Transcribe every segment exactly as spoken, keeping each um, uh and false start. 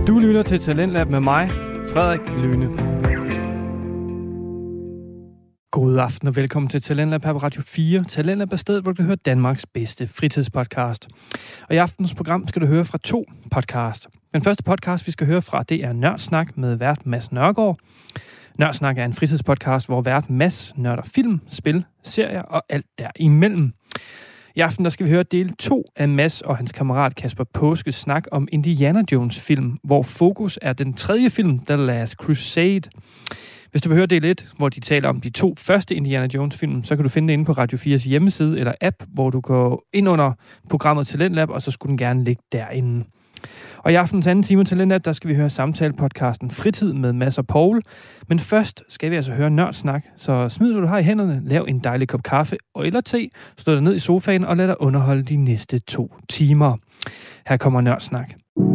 Du lytter til Talentlab med mig, Frederik Lyne. God aften og velkommen til Talentlab her på Radio fire. Talentlab er stedet, hvor du kan høre Danmarks bedste fritidspodcast. Og i aftens program skal du høre fra to podcast. Den første podcast, vi skal høre fra, det er Nørdsnak med vært Mads Nørgaard. Nørdsnak er en fritidspodcast, hvor vært Mads nørder film, spil, serier og alt derimellem. I aften der skal vi høre del to af Mads og hans kammerat Kasper Påskes snak om Indiana Jones film, hvor fokus er den tredje film, The Last Crusade. Hvis du vil høre del et, hvor de taler om de to første Indiana Jones film, så kan du finde det inde på Radio fires hjemmeside eller app, hvor du går ind under programmet Talentlab, og så skulle den gerne ligge derinde. Og i aftens anden time Talentlab, der skal vi høre samtale-podcasten Fritid med Mads og Paul. Men først skal vi altså høre Nørdsnak, så smid hvad du har i hænderne, lav en dejlig kop kaffe og eller te, slå dig ned i sofaen og lad dig underholde de næste to timer. Her kommer Nørdsnak.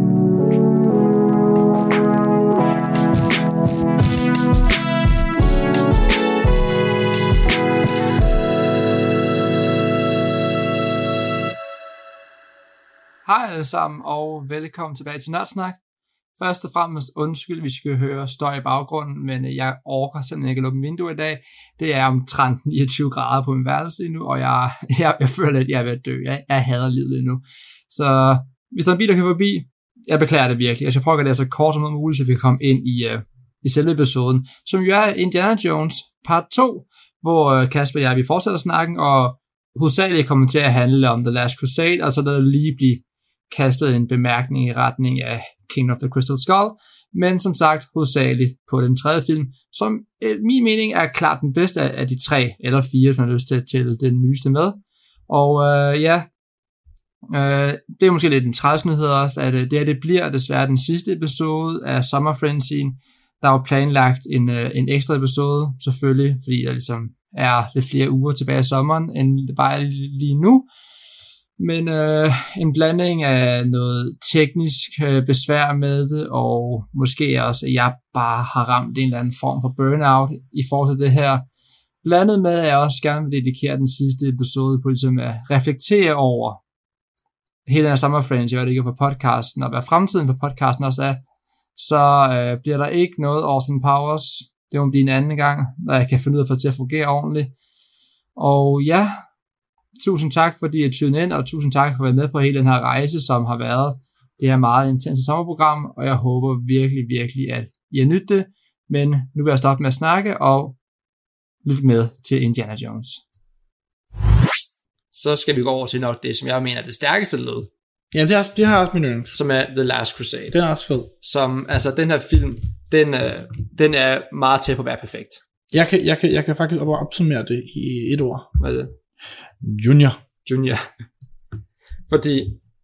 Hej alle sammen, og velkommen tilbage til Nørdsnak. Først og fremmest undskyld, vi skal høre støj i baggrunden, men jeg orker simpelthen ikke at lukke vinduet i dag. Det er omtrent niogtyve grader på min værelse lige nu, og jeg, jeg, jeg føler, at jeg er ved at dø. Jeg, jeg hader livet lige nu. Så hvis der er en bil, der kører forbi, jeg beklager det virkelig. Jeg skal prøve at gøre det så kort som muligt, så vi kan komme ind i, uh, i selve episoden, som jo er Indiana Jones part to, hvor Kasper og jeg, vi fortsætter snakken, og hovedsageligt kommer til at handle om The Last Crusade, og så lader det lige blive kastet en bemærkning i retning af King of the Crystal Skull, men som sagt hovedsageligt på den tredje film, som øh, min mening er klart den bedste af, af de tre eller fire, hvis man har lyst til at tælle den nyeste med. Og øh, ja, øh, det er måske lidt en træsnyhed også, at øh, det her det bliver desværre den sidste episode af Summer Frenzy. Der er jo planlagt en, øh, en ekstra episode, selvfølgelig, fordi der ligesom er lidt flere uger tilbage i sommeren, end det bare er lige nu. Men øh, en blanding af noget teknisk øh, besvær med det, og måske også, at jeg bare har ramt en eller anden form for burnout i forhold til det her. Blandet med, at jeg også gerne vil dedikere den sidste episode på ligesom at reflektere over hele den her Summer Friends, jeg ved ikke på podcasten, og hvad fremtiden for podcasten også er, så øh, bliver der ikke noget Austin Powers. Det må blive en anden gang, når jeg kan finde ud af at få det til at fungere ordentligt. Og ja, tusind tak, fordi I tunede ind, og tusind tak for at være med på hele den her rejse, som har været det her meget intense sommerprogram, og jeg håber virkelig, virkelig, at I har nydt det. Men nu vil jeg stoppe med at snakke, og lytte med til Indiana Jones. Så skal vi gå over til nok det, som jeg mener er det stærkeste led. Ja, det, er, det har også min yndling. Som er The Last Crusade. Den er også fed. Som, altså den her film, den, øh, den er meget tæt på at være perfekt. Jeg kan, jeg kan, jeg kan faktisk opsummere det i et ord. Hvad er det? Junior. Junior. Fordi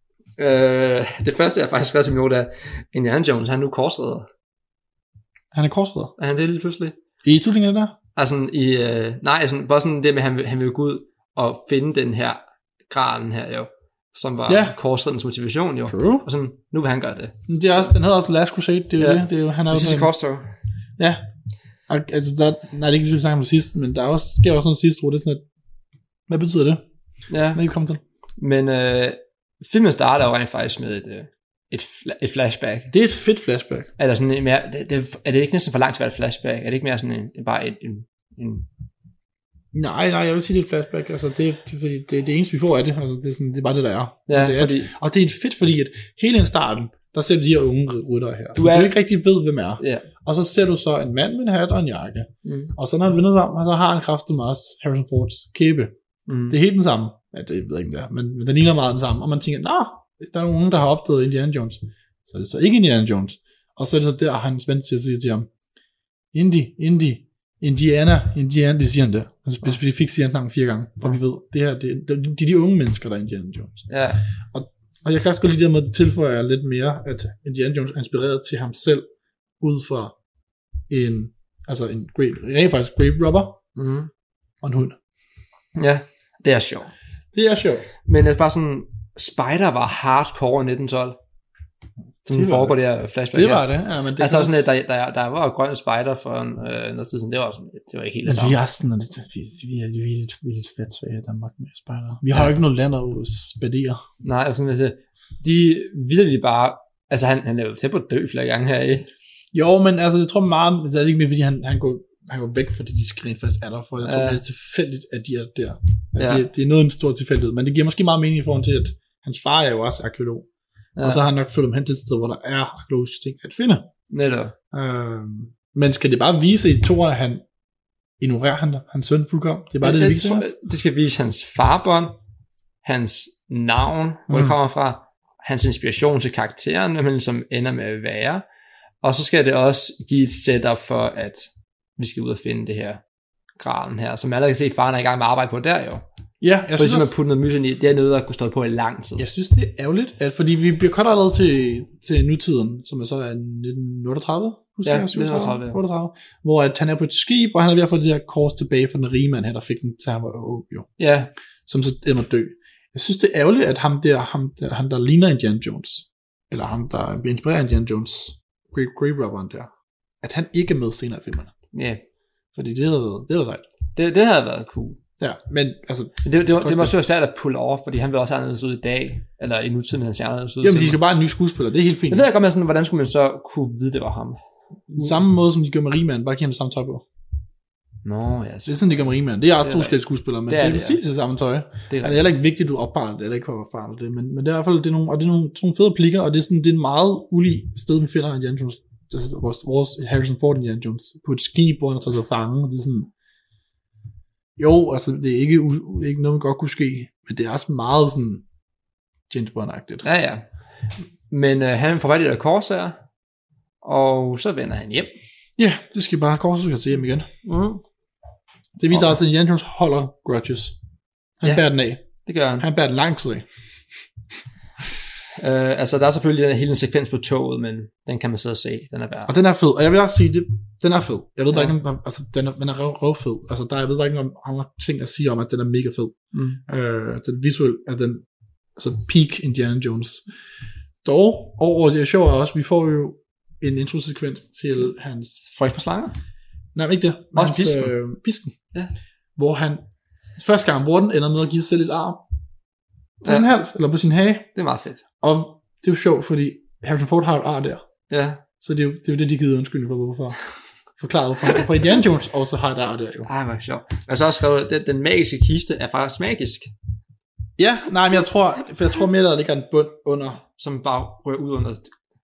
øh, det første, jeg faktisk skrev til min er, Indiana Jones, han er nu korsridder. Han er korsridder? Er han det lige pludselig? I slutningen af det der? Altså, i, øh, nej, altså, bare sådan det med, at han, han vil gå ud og finde den her gralen her, jo. Som var ja. korsridderens motivation, jo. True. Og sådan, nu vil han gøre det. det er også, den hedder også Last Crusade, det er jo ja. det. Det er jo, han er det sidste korstog. Ja. Og, altså, der, nej, det er ikke, vi skal snakke om det sidste, men der er også, sker også sådan sidste ord, det er sådan et, hvad betyder det? Ja. Hvad er I kommet til? Men øh, filmen starter jo rent faktisk med et, øh, et, et flashback. Det er et fedt flashback. Eller sådan en mere, det, det, er det ikke næsten for langt til at være et flashback? Er det ikke mere sådan en, bare et, en, en... Nej, nej, jeg vil sige, det er et flashback. Altså, det, det, det, det, det eneste, vi får af det. Altså, det, er sådan, det er bare det, der er. Ja, det er fordi... et, og det er et fedt, fordi at hele den starten, der ser du de her unge ryttere her. Du, er... du ikke rigtig ved, hvem er. Ja. Og så ser du så en mand med en hat og en jakke. Mm. Og så når han vender sig om, så har han kraftigt meget Harrison Fords kæbe. Mm. Det er helt den samme. Ja, det ved jeg ikke, det er. Men, men den ligner meget den samme. Og man tænker, nå, der er nogen, der har opdaget Indiana Jones. Så er det så ikke Indiana Jones. Og så er det så der, han spændt til at sige til ham, Indy, Indy, Indiana, Indiana, det siger han der. Han specifikt siger han navn fire gange, for mm. vi ved, det her, det, det, det er de unge mennesker, der er Indiana Jones. Ja. Og, og jeg kan også godt lide det med at tilføje lidt mere, at Indiana Jones er inspireret til ham selv, ud fra en, altså en grape, rent faktisk grape robber, mm. og en hund. Ja, det er sjovt. Det er sjovt. Men det er bare sådan, Spider var hardcore i nitten tolv. Som det foregår det her flashback. Det var det, ja, men det altså sådan, at der, der, der var grøn Spider for en, øh, noget tid siden, det var, sådan, det var ikke helt det samme. Men vi er sådan, vi, vi, er, vi, er lidt, vi er lidt fedt svage i Danmark med Spider. Vi har jo ja. ikke noget land at spædere. Nej, altså, de virkelig bare Altså, han, han er jo tæt på at dø flere gange her, ikke? Jo, men altså, jeg tror meget, det er ikke mere, fordi han, han, går, han går væk, fordi de skal fast er der, for jeg tror, ja. det er tilfældigt, at de er der. At ja. det, det er noget af en stor tilfældighed, men det giver måske meget mening i forhold til, at hans far er jo også arkeolog, ja. og så har han nok flyttet dem hen til et sted, hvor der er arkeologiske ting at finde. Netop. Øhm, men skal det bare vise i to, at han ignorerer han, hans søn fuldkommen? Det er bare ja, det, det, det viser. Det skal vise hans farbånd, hans navn, hvor mm. det kommer fra, hans inspiration til karakteren, hvem han ligesom ender med at være, og så skal det også give et setup for, at vi skal ud og finde det her graven her, som alle kan se, faren er i gang med at arbejde på der jo. Ja, jeg for synes ligesom at putte noget mysen i, det er noget, der kunne stå på i lang tid. Jeg synes, det er ærgerligt, at, fordi vi bliver godt allerede til, til nutiden, som er så er nitten otteogtredive, husker ja, jeg, nitten otteogtredive, ja. otteogtredive, hvor at han er på et skib, og han er ved at få det der kors tilbage fra den rige mand her, der fik den til ham var ung, jo. Ja. Som så ender dø. Jeg synes, det er ærgerligt, at ham der, ham der, ham der ligner Indiana Jones, eller ham der bliver inspireret af Indiana Jones, Grave, Grave Robberen der, at han ikke er med senere i filmerne. Ja. Fordi det havde været, det havde været det, det havde været cool. Ja, men altså... Det, det, det, det må være svært at pull off, fordi han vil også have anderledes ud i dag, eller i nutiden, han ser anderledes ud. Jamen, de skal bare en ny skuespiller, det er helt fint. Jeg ved ikke godt, sådan, hvordan skulle man så kunne vide, det var ham? Samme måde, som de gør med Rigman, bare give ham det samme tøj på. Nå, ja. Det er sådan, de gør med Rigman. Det er også to forskellige skuespillere, men det er, det er præcis det samme tøj. Det er, er heller ikke vigtigt, at du opbarer det, eller ikke for at opbare det, men, men det er i hvert fald, det er nogle, og det er nogle, nogle fede plikker, og det er sådan, det er en meget ulig sted, vi finder Indiana Jones, altså vores, vores Harrison Ford Indiana Jones, på et skib, hvor han er taget sig fange, og det er sådan, jo, altså, det er ikke, ikke noget, man godt kunne ske, men det er også meget sådan James Bond-agtigt. Ja, ja. Men øh, han får fat i der kors her, og så vender han hjem. Ja, det skal bare korset skal til hjem igen. Mm. Det viser okay. også, at Indiana Jones holder grudges. Han ja, bærer den af. Det gør han. Han bærer den lang tid af. Uh, altså, der er selvfølgelig hele en sekvens på toget, men den kan man sidde og se. Den er værd. Og den er fed. Og jeg vil også sige, det, den er fed. Jeg ved ja. bare ikke, om, altså, den er, den er røv, røvfed. Altså, der, jeg ved bare ikke, om andre ting at sige om, at den er mega fed. Mm. Uh, den visuel er den, altså peak Indiana Jones. Dog, over det er sjovt også, vi får jo en introsekvens til hans... Frygt for slanger? Nej, ikke det. Også hans, pisken. Øh, pisken. Ja. Hvor han, første gang han bruger den, ender med at give sig selv et arm. På ja. sin hals, eller på sin hage. Det er meget fedt. Og det er jo sjovt, fordi Harrison Ford har et ar der. Ja. Så det er jo det, er jo det de gider undskyldning for, hvorfor. Forklaret, hvorfor, hvorfor Indiana Jones også har et ar der jo. Ej, hvor sjovt. Jeg har så også skrevet, at den, den magiske kiste er faktisk magisk. Ja, nej, men jeg tror, for jeg tror mere, der ligger en bund under. Som bare rører ud under.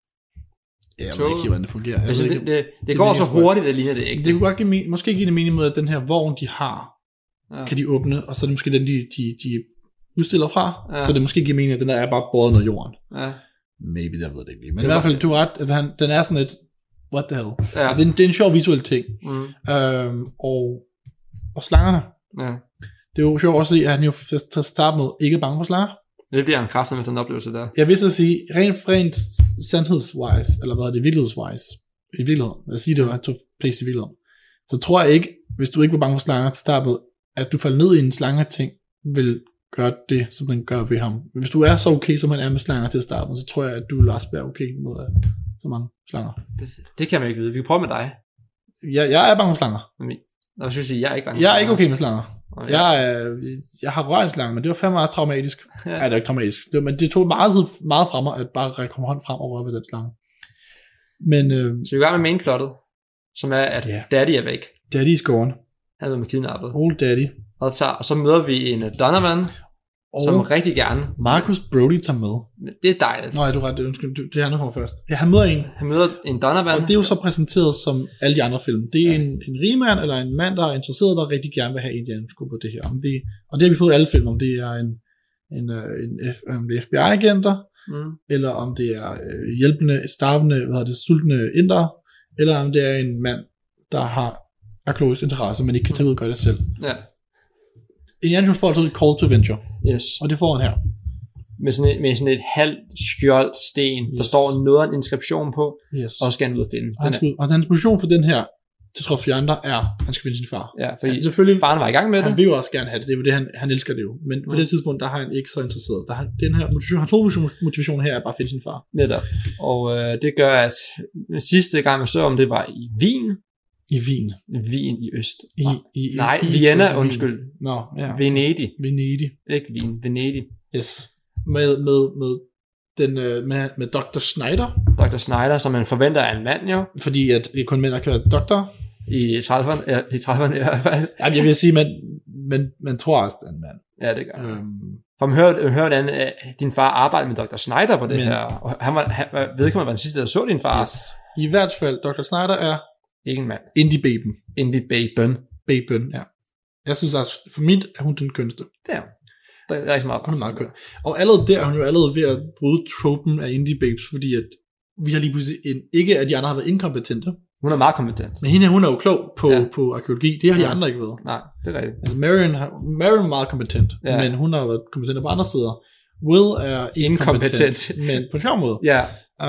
Ja, jeg ved ikke, hvordan det fungerer. Altså, det, det, det, det, det går så hurtigt, det ligner det ikke. Det kunne godt give mening, måske give det mening med, at den her vogn, de har, ja. kan de åbne, og så er det måske den, de, de, de udstiller fra, ja. så det måske giver mening, at den der er bare båret ned i jorden. Ja. Maybe, jeg ved det ikke. Men det i hvert fald, du har ret, at han, den er sådan et, what the hell. Ja. Det, er en, det er en sjov visuel ting. Mm. Øhm, og, og slangerne. Ja. Det er jo sjovt også at se, at han jo til at starte med ikke er bange for slanger. Det bliver han kraftig med sådan en oplevelse der. Jeg vil så sige, rent, rent sandhedswise, eller hvad er det, virkelighedswise, i virkeligheden, lad os sige, det var to place i virkeligheden, så tror jeg ikke, hvis du ikke var bange for slanger til starte med, at du falder ned i en slangeting, vil gøre det, som den gør ved ham. Men hvis du er så okay, som han er med slanger til at starte med, så tror jeg, at du vil også være okay med så mange slanger. Det, det kan man ikke vide. Vi kan prøve med dig. Jeg, jeg er bange for slanger. Nå, så vil jeg sige, jeg er ikke bange. Jeg er ikke okay med slanger. Okay. Jeg, jeg har rørt en slange, men det var fandme meget traumatisk. Ja. Ej, det er ikke traumatisk. Det var, men det tog meget, meget fra mig, at bare række hånden frem og røre ved den slange. Men, øh, så vi er i gang med mainplottet, som er, at yeah. Daddy er væk. Daddy er skåren. Han er med kidnappet. Old Daddy. Og, tager, og så møder vi en Donovan, og som rigtig gerne... Marcus Brody tager med. Det er dejligt. Nej, du er ret. Undskyld, det er han kommer først. Ja, han møder en. Han møder en Donovan. Og det er jo så præsenteret som alle de andre film. Det er en, en rig mand, eller en mand, der er interesseret, der rigtig gerne vil have Indiana Jones på det her. Om det, og det har vi fået alle film, om det er en, en, en, en, en F B I-agenter, mm. eller om det er hjælpende, starvende, hvad hedder det, sultne indere, eller om det er en mand, der har arkæologisk interesse, men ikke kan tage ud og gøre det selv. Ja. Indiana Jones får altid et call to venture. Yes. Og det får han her. Med sådan et, med sådan et halvt skjold sten, yes. Der står noget af en inskription på, yes. Og skal han ud og finde. Og, han skal, og hans position for den her, til trods for de andre, er, at han skal finde sin far. Ja, fordi han, selvfølgelig, faren var i gang med han det. Han vil jo også gerne have det, det er jo det, han, han elsker det jo. Men mm. på det tidspunkt, der har han ikke så interesseret. Der har, den her motivation, hans hovedmotivation her er bare at finde sin far. Netop. Og øh, det gør, at sidste gang man så om det var i Wien, I Wien. Wien i øst. I, i, Nej, i, Vienna, i, undskyld. Nå, ja. Venedig. Venedig. Ikke Wien, Venedig. Yes. Med, med, med den øh, med, med doktor Snyder. doktor Snyder, som man forventer er en mand, jo. Fordi at det kun mænd, der kan være doktor. I trediverne, ja, i trediverne i hvert fald. Jamen, jeg vil sige, man, man, man tror også, det er en mand. Ja, det gør øhm, For man hørte, man hørte hvordan uh, din far arbejdede med doktor Snyder på det men, her, og han var, han, vedkommende var den sidste, der så din far. Yes. I hvert fald, doktor Snyder er... Ikke en mand. Indie-baben. Indie-baben. Baben, ja. Jeg synes også, for mit er hun den kønste. Det er Det er ikke meget Hun er meget køn. Og allerede der er hun jo allerede ved at bryde tropen af indie-babes, fordi at vi har lige pludselig en... Ikke at de andre har været inkompetente. Hun er meget kompetent. Men hende, hun er jo klog på, ja. på arkeologi. Det har de ja. andre ikke været. Nej, det er rigtigt. Altså Marion, har, Marion er meget kompetent, ja. men hun har været kompetent på andre steder. Will er inkompetent, men på en sjov måde. Ja.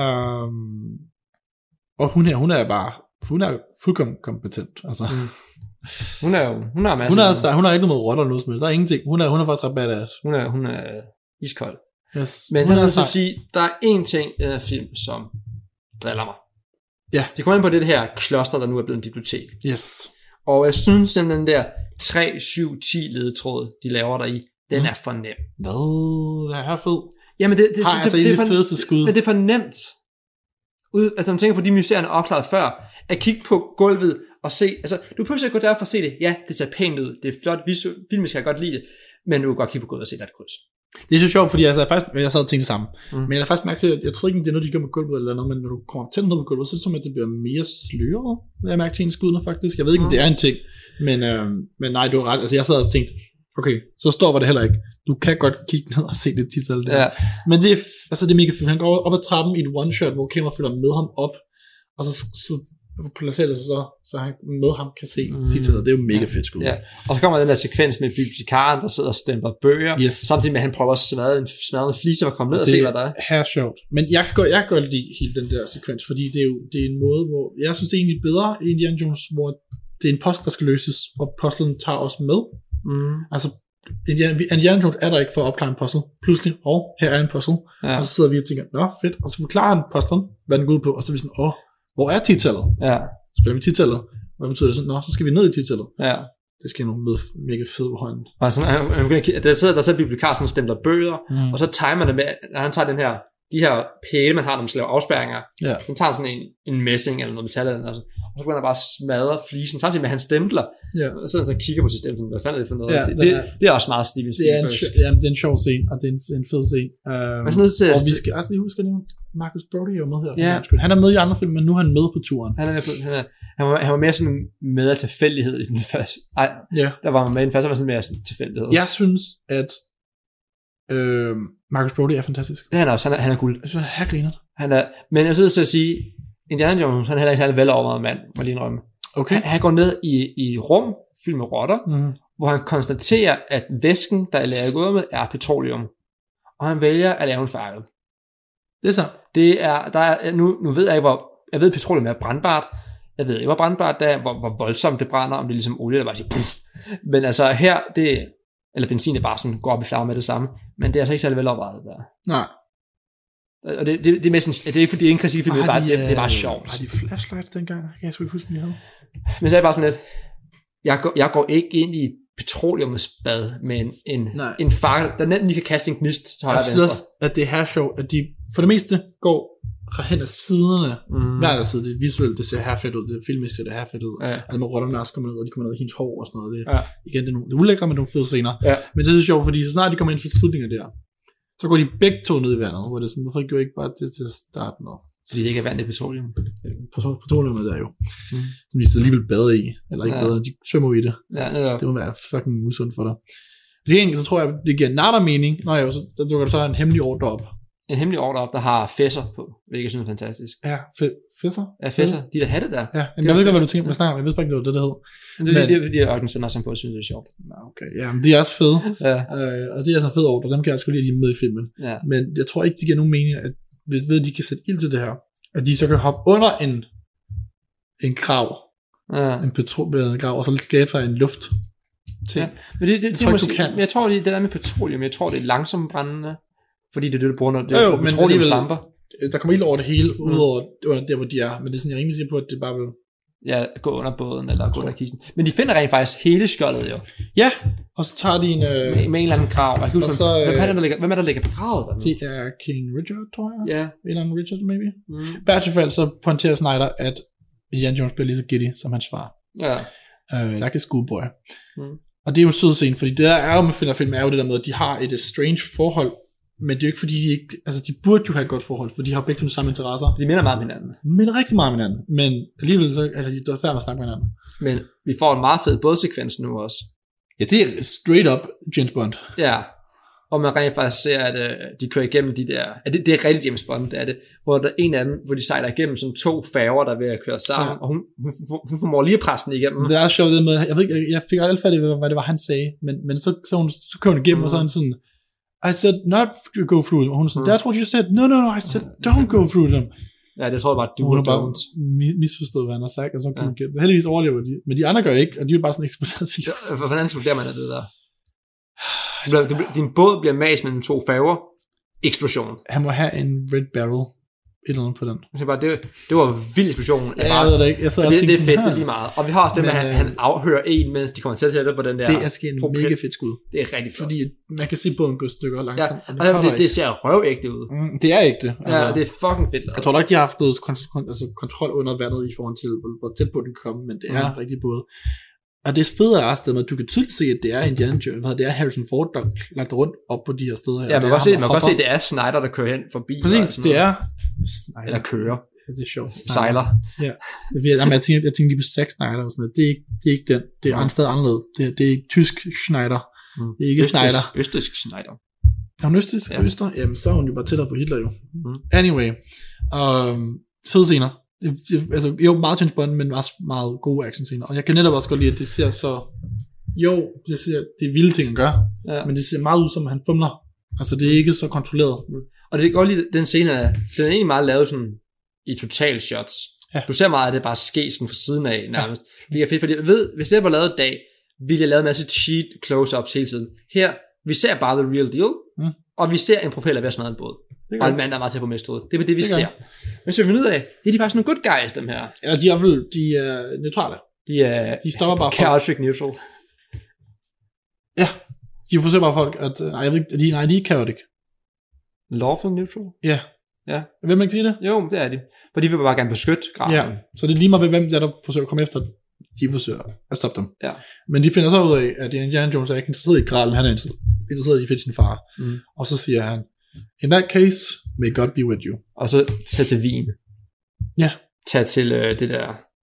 Um, og hun er, hun er bare, hun er fuldkommen kompetent. Altså. Mm. Hun er jo, hun har masser. Hun er altså, hun har ikke noget med rotter eller noget som helst. Der er ingenting. Hun er, hun er faktisk ret badass. Hun er, hun er iskold. Yes. Men så vil jeg så sige, der er én ting i den her film, som driller mig. Ja. Det kommer ind på det her kloster, der nu er blevet en bibliotek. Yes. Og jeg synes simpelthen, den der tre, syv, ti ledetråd, de laver der i, den mm. er for nem. Hvad? Det er her fed. Jamen det, det, har det, altså det, det, det, det fedeste skud. Men det er for nemt. Ud, altså man tænker på de mysterierne opklaret før, at kigge på gulvet og se, altså du behøver ikke gå derop for at se det. Ja, det ser pænt ud, det er flot, visuelt, filmisk kan jeg godt lide det, men du kan godt kigge på gulvet og se, der er et kryds. Det er så sjovt, fordi altså, jeg, faktisk, jeg sad og tænkte det samme. Mm. Men jeg har faktisk mærket til, at jeg tror ikke, det er noget, de gør på gulvet eller noget, men når du kommer til noget på gulvet, så er det som, at det bliver mere sløret. Jeg har mærket til en skudene faktisk. Jeg ved ikke, mm. om det er en ting, men, øh, men nej, du har ret. Altså jeg sad og tænkte, okay, så står der det heller ikke. Du kan godt kigge ned og se det titel der. Ja. Men det er, altså, det er mega fedt. Han går op ad trappen i et one-shot, hvor kameraet følger med ham op, og så, så placerer det sig så, så han med ham kan se mm. titler. Det er jo mega fedt skud. Ja. Og så kommer den der sekvens med bibliotekaren, der sidder og stempler bøger, yes. samtidig med, at han prøver at smadre en, smadre en flise og komme ned og se, hvad der er. Det er her sjovt. Men jeg kan, godt, jeg kan godt lide hele den der sekvens, fordi det er jo det er en måde, hvor jeg synes det er egentlig bedre i Indiana Jones, hvor det er en puzzle, der skal løses, og puzzlen tager os med. Mm. Altså, Indiana, Indiana Jones er der ikke for at opklare en puzzle. Pludselig, åh, oh, her er en puzzle. Ja. Og så sidder vi og tænker, nå, fedt. Og så forklarer han puzzlen, hvad den går ud på, og så er vi sådan, åh, oh, hvor er titallet? Ja. Så bliver vi titallet. Hvad betyder det sådan? Nå, så skal vi ned i titallet. Ja. Det skal nogle med mega fed hånd. Og sådan, der sidder der så bibliotekar, som stempler bøger, mm. og så timer det med, når han tager den her, de her pæle, man har, når man laver afspærringer, ja. Han tager sådan en, en messing eller noget metal, eller noget, og så begynder han bare at smadre flisen, samtidig med at han stempler, ja. Og så sidder han så kigger på systemet, hvad fanden er det for noget? Ja, det, det, er, det er også meget Steven Spielberg. Det, ja, det er en sjov scene, og det er en, en fed scene. Um, og vi skal også lige huske, at Marcus Brody er med her. Ja. Han er med i andre film, men nu er han med på turen. Han, er med på, han, er, han, var, han var mere sådan med af tilfældighed i den første. Ej, ja. Der var man med i den første, der var sådan mere sådan tilfældighed. Jeg synes, at øh, Marcus Brody er fantastisk. Det er han også, han er, han er guld. Jeg synes, han er griner. Han er, men jeg synes at sige, Indiana Jones, han er heller ikke heller velovervejet mand, må lige indrømme. Okay. Han, han går ned i, i rum, fyldt med rotter, mm. hvor han konstaterer, at væsken, der er lavet gået med, er petroleum. Og han vælger at lave en fakkel. Det er så. Det er, der er, nu, nu ved jeg ikke, hvor, jeg ved, at petroleum er brandbart. Jeg ved ikke, hvor brandbart det er, hvor, hvor voldsomt det brænder, om det er ligesom olie, der bare siger, puff. Men altså her, det, eller benzin er bare sådan, går op i flamme med det samme. Men det er altså ikke særlig velovervejet der. Nej. Og det, det, det er mest sådan, det er ikke fordi, det er en kritik, det, bare, det, det er bare sjovt. Har de flashlights dengang? Jeg skal ikke huske, de havde. Men så er det bare sådan lidt, jeg går, jeg går ikke ind i petroleumsbad med en, en, en fakkel, der nemt lige kan kaste en gnist til højre og venstre. Jeg synes også, at det er her sjovt, at de for det meste går hen ad siderne. Mm. Hver der side, det er visuelt, det ser her fedt ud, det er filmisk, det er her fedt ud. Ja. Altså med rotterne også kommer ned, og de kommer ned i hendes hår og sådan noget. Det, ja. Igen, det er, nogle, det er ulækre med nogle fede scener. Ja. Men det er så sjovt, fordi så snart de kommer ind for slutninger der, så går de begge to ned i vandet, hvor det er sådan, hvorfor gjorde I ikke bare det til at starte med? Fordi det ikke er vand, det er petroleum. Petroleum der jo. Mm. Som de så alligevel bader i, eller ikke ja. bader, de svømmer i det. Ja, det, det må være fucking usundt for dig. Det er så tror jeg, det giver natter mening. Nå ja, så der dukker der så en hemmelig ordre op. En hemmelig ordre op, der har fæsser på, hvilket jeg synes er fantastisk. Ja, fæsser? Ja, fæsser. De der hatte der. Ja, men jeg ved ikke, hvad du tænker på snart. Jeg ved bare ikke, hvad det, det hed. Men det er fordi, det, det er Ørken Sønder, som på, synes det er sjovt. Okay, ja, men de er også fede. Ja. Øh, og det er sådan en fed ordre, dem kan jeg også lide, at de er med i filmen. Ja. Men jeg tror ikke, det giver nogen mening, at hvis ved, de kan sætte ild til det her, at de så kan hoppe under en en grav. Ja. En petrolblandet grav, og så skabe sig en luft. Ja. Men det, det, det, det tror, måske, kan. Jeg tror, det, det der med petroleum, jeg tror, det er langsomt brændende. Fordi det er det, du bruger, når det er petroleumslamper. Der kommer ild over det hele, mm. udover der, hvor de er. Men det er sådan, jeg er rimelig sikker på, at det bare vil ja, gå under båden, eller gå under kisten. Men de finder rent faktisk hele skjoldet jo. Ja, og så tager de en... Øh, med, med en eller anden grav. Jeg kan huske, så, øh, hvem, er der, der ligger, hvem er der ligger begravet der? Det er King Richard, tror jeg. Ja. En eller anden Richard, maybe. Mm. I hvert fald så pointerer Snyder, at Indiana Jones bliver lige så giddy som hans far. Ja. Øh, like a schoolboy. Mm. Og det er jo en sød scene, fordi det der er jo med film, film er jo det der med, at de har et strange forhold, men det er jo ikke fordi, de ikke, altså de burde jo have et godt forhold, for de har begge de samme interesser. De minder meget om hinanden. De minder rigtig meget om hinanden, men alligevel så er de dødt færd med at snakke med hinanden. Men vi får en meget fed bådsekvens nu også. Ja, det er straight up James Bond. Ja, og man rent faktisk ser, at uh, de kører igennem de der, at det, det er rigtig James Bond, det er det, hvor der er en af dem, hvor de sejler igennem sådan to færger, der er ved at køre sammen, ja. Og hun, hun, hun, hun formår lige at presse den igennem. Det er sjovt det med, jeg ved ikke, jeg fik aldrig fat i, hvad det var, han sagde, men, men så, så, hun, så kører hun igennem, mm. og så er han sådan, I said not to go through them, og hun er sådan, mm. that's what you said, no, no, no, I said don't go through them. Ja, det tror jeg bare, du hun har bare misforstået, hvad han har sagt, og så kunne ja. Hun heldigvis overlever de, men de andre gør ikke, og de er bare sådan eksploderet til. Ja, hvordan eksploderer man af det der? Du bliver, du, din båd bliver mas mellem to færger. Eksplosion. Han må have en red barrel. Et eller andet på den. Det var, det, det var en vild eksplosion. Ja, jeg ved det ikke. Jeg det, det er fedt, det er lige meget. Og vi har også det med, at han, han afhører en, mens de kommer til at tætte på den der. Det er sgu en mega fedt skud. Det er rigtig fedt. Fordi man kan se båden gå stykker langsomt. Ja, og det, det, det ser røvægte ud. Mm, det er ægte. Altså, ja, det er fucking fedt. Jeg tror nok, de har haft noget kont- altså, kontrol under vandet i forhold til, hvor tæt på den kommer, men det er mm. rigtig båd. Og det fede er også, at du kan tydeligt se, at det er Indiana Jones, hvad det er Harrison Ford, der lagt rundt op på de her steder her. Ja, man kan godt se, man kan godt se, at det er Snyder, der kører hen forbi. Præcis, det er Snyder. Eller kører. Ja, det er sjovt. Sejler. Ja, jamen, jeg tænker, jeg tænker lige på Zack Snyder og sådan noget. Det er ikke, det er ikke den. Det er andet sted anderledes. Det er, det er tysk Schneider. Mm. Det er ikke Østisk, Snyder. Østrisk Schneider. Er hun østrisk? Ja. Øster? Jamen, så er hun jo bare tættere på Hitler jo. Mm. Anyway. Um, fede scener. Det, det, altså, jo, meget James Bond, men også meget gode actionscener. Og jeg kan netop også godt lide, at det ser så... Jo, det ser det er vilde ting, han gør. Ja. Men det ser meget ud som, at han fumler. Altså, det er ikke så kontrolleret. Mm. Og det er godt lide, den scene, den er egentlig meget lavet sådan i total shots. Ja. Du ser meget af det bare ske sådan fra siden af nærmest. Ja. Det er fedt, fordi jeg ved, hvis det var lavet i dag, ville jeg lave en masse cheat close-ups hele tiden. Her, vi ser bare the real deal, mm. og vi ser en propeller ved at smadre en båd. Og en mand, der er meget til på mestret. Det er det, vi det ser. Men så vi finder ud af, det er de faktisk nogle good guys, dem her. Ja, de er, de er neutrale. De er de stopper bare chaotic neutral. Ja, de forsøger bare folk, at nej, jeg ved ikke, de, nej, de er chaotic. Lawful neutral? Ja. Ja. Hvem man ikke sige det? Jo, det er de. For de vil bare gerne beskytte graven. Ja, så det er lige meget, hvem der, der forsøger at komme efter, de forsøger at stoppe dem. Ja. Men de finder så ud af, at Indiana Jones er ikke interesseret i graven, han er interesseret i at finde sin far. Mm. Og så siger han, in that case, may God be with you. Og så tag til Wien. Ja. Tag til øh, det der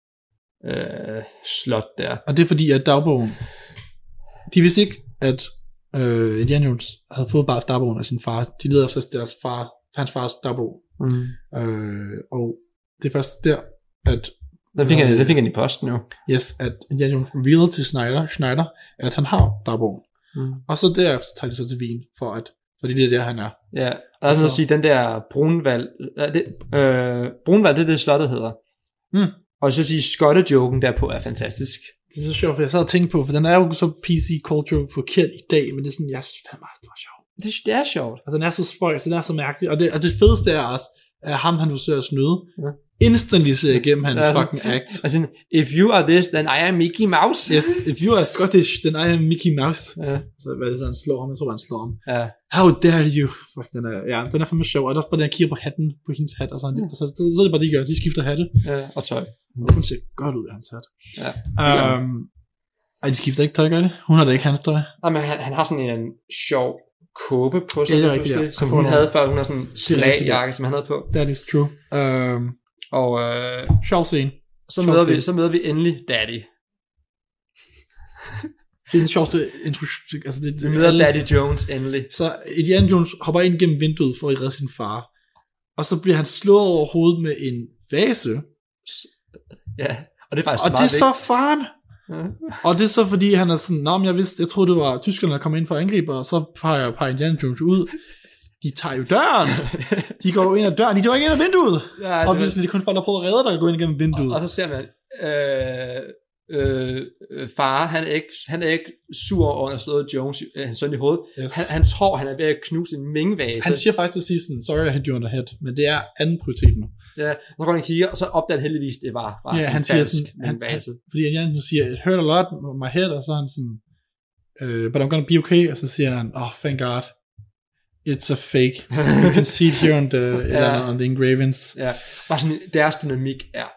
øh, slot der. Og det er fordi, at dagbogen, de vidste ikke, at øh, Indiana Jones havde fået bare dagbogen af sin far. De leder efter deres far, hans fars dagbog. Mm. Øh, og det er først der, at den fik, øh, han, den fik han i posten jo. Yes, at Indiana Jones revealed til Schneider, Schneider, at han har dagbogen. Mm. Og så derefter tager de så til Wien, for at fordi det er der, han er. Ja, og altså at sige, den der Brunvald, det, øh, Brunvald, det er det, slottet hedder. Mm. Og så sige, skottejoken derpå er fantastisk. Det er så sjovt, for jeg sad og tænkte på, for den er jo så P C culture forkert i dag, men det er sådan, jeg synes fandme, det var sjovt. Det, det er sjovt. Og den er så spøjs, den er så mærkelig, og det, og det fedeste er også, at ham, han forsøger at snyde, ja. Instantly ser igennem hans altså, fucking act. Altså, if you are this, then I am Mickey Mouse. Yes, if you are Scottish, then I am Mickey Mouse. Ja. Så hvad er det så, han slår ham? Jeg tror, han slår ham. Ja. How dare you? Fuck, den er, ja, den er fandme sjov. Og der er bare, den kigger på hatten, på hendes hat, og sådan, ja. så, så, så er det bare, de gør, de skifter hatte. Ja, og tøj. Og hun ser godt ud af hans hat. Ja. Um, ej, de skifter ikke tøj, gør det? Hun har da ikke hans tøj. Nej, men han, han har sådan en sjov kåbe på sig, ja, det er rigtigt, ja. som hun havde før. Hun har sådan en slagjakke, som han havde på. That is true. Um, Og øh, sjov scene. Så møder, vi, så møder vi endelig Daddy. Det er en sjov introduktion. Altså det, vi møder Daddy Jones endelig. Så Indiana Jones hopper ind gennem vinduet for at redde sin far. Og så bliver han slået over hovedet med en vase. Ja, og det er faktisk og meget det er så faren. Og det er så fordi han er sådan, nå, men jeg vidste, jeg troede det var tyskerne, der kom ind for at angribe, og så peger, peger Indiana Jones ud. De tager jo døren. De går jo ind ad døren. De tager ikke ind ad vinduet. Ja, og hvis de kun folk, der prøver at redde dig, at gå ind gennem vinduet. Og, og så ser man, øh, øh, øh, far, han er, ikke, han er ikke sur over at slået Jones, øh, hans søn i hovedet. Yes. Han, han tror, han er ved at knuse en mingvase. Han siger faktisk til sidst, sorry I hit you on the head, men det er anden prioriteten nu. Ja, når går han kigger, og så opdager han heldigvis, det var, var ja, en han siger falsk sådan, mingvase. Han, fordi han siger, it hurt a lot on my head, og så er han sådan, uh, but I'm gonna be okay, og så siger han, oh, thank God, it's a fake. You can see it here on the, ja. on the engravings. Ja, bare sådan, deres dynamik er...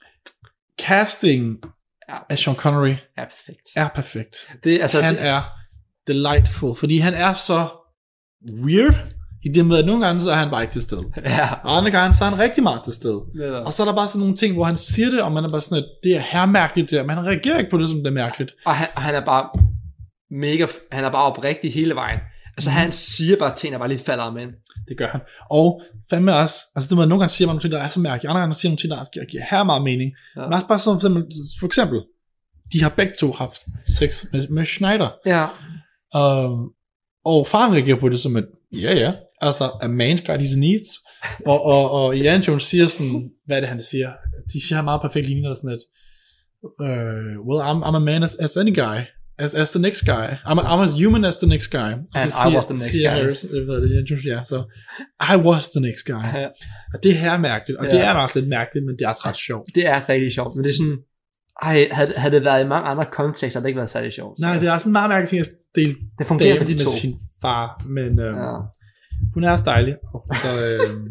Casting af Sean Connery er perfekt. Er perfekt. Det, altså, han det... er delightful, fordi han er så weird, i det med, at nogle gange så er han bare ikke til stede. Ja. Og andre gange så er han rigtig meget til stede. Ja. Og så er der bare sådan nogle ting, hvor han siger det, og man er bare sådan, at det er hermærkeligt der, men han reagerer ikke på det, som det er mærkeligt. Og han, og han er bare mega, han er bare oprigtig hele vejen. Altså mm. han siger bare ting, der bare lige falder om ind. Det gør han. Og fandme også, altså det med, at nogle gange siger man nogle ting, der er så mærkeligt, andre gange siger man nogle ting, der giver, giver her meget mening. Ja. Men også bare sådan, for eksempel, for eksempel, de har begge to haft sex med, med Schneider. Ja. Um, og faren reagerer på det som, at ja ja, altså a man's got his needs. og, og, og Indiana Jones siger sådan, hvad er det han siger? De siger meget perfekt linje, der sådan at, uh, well, I'm, I'm a man as, as any guy. As, as the next guy. I'm, I'm as human as the next guy. And I siger, was the next siger guy. Harrison, hvad er det, ja, så I was the next guy. Ja. Og det her er mærkeligt, og ja. det er også lidt mærkeligt, men det er også ret sjovt. Det er rigtig sjovt, men det er sådan, ej, havde, havde det været i mange andre kontekster, havde det ikke været særlig sjovt. Så. Nej, det er også en meget mærkeligt ting at dele det fungerer med de med to. sin far, men øhm, ja. hun er også dejlig, og så, øhm,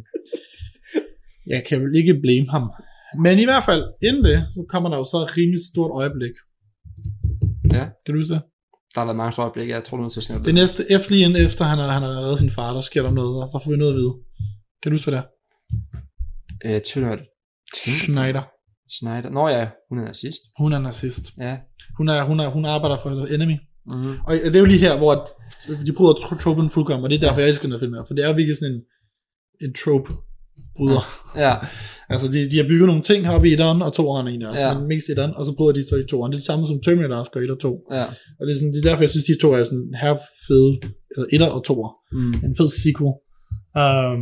jeg kan vel ikke blame ham. Men i hvert fald, inden det, så kommer der jo så et rimelig stort øjeblik. Ja. Kan du huske det? Der har været mange store øjeblikke, jeg tror du er nødt til at snævle. Det næste, efter lige inden efter han har, han har reddet sin far, der sker der noget, og der får vi noget at vide. Kan du huske, hvad det er? Øh, Tønder. Schneider. Schneider. Nå ja, hun er nazist. Hun er nazist. Ja. Hun, er, hun, er, hun arbejder for Enemy. Mm. Og det er jo lige her, hvor de bryder tropen fuldkommen, og det er derfor, jeg elsker den her film her, for det er jo virkelig sådan en, en trope bryder. Ja. Altså, de, de har bygget nogle ting heroppe i etteren og toeren egentlig også, ja. men mest i etteren, og så bryder de så i toeren. Det er det samme som Terminator også gør et og to. Ja. Og det er, sådan, det er derfor, jeg synes, de to er sådan her fede, altså etter og toer. Mm. En fed sequel. Um,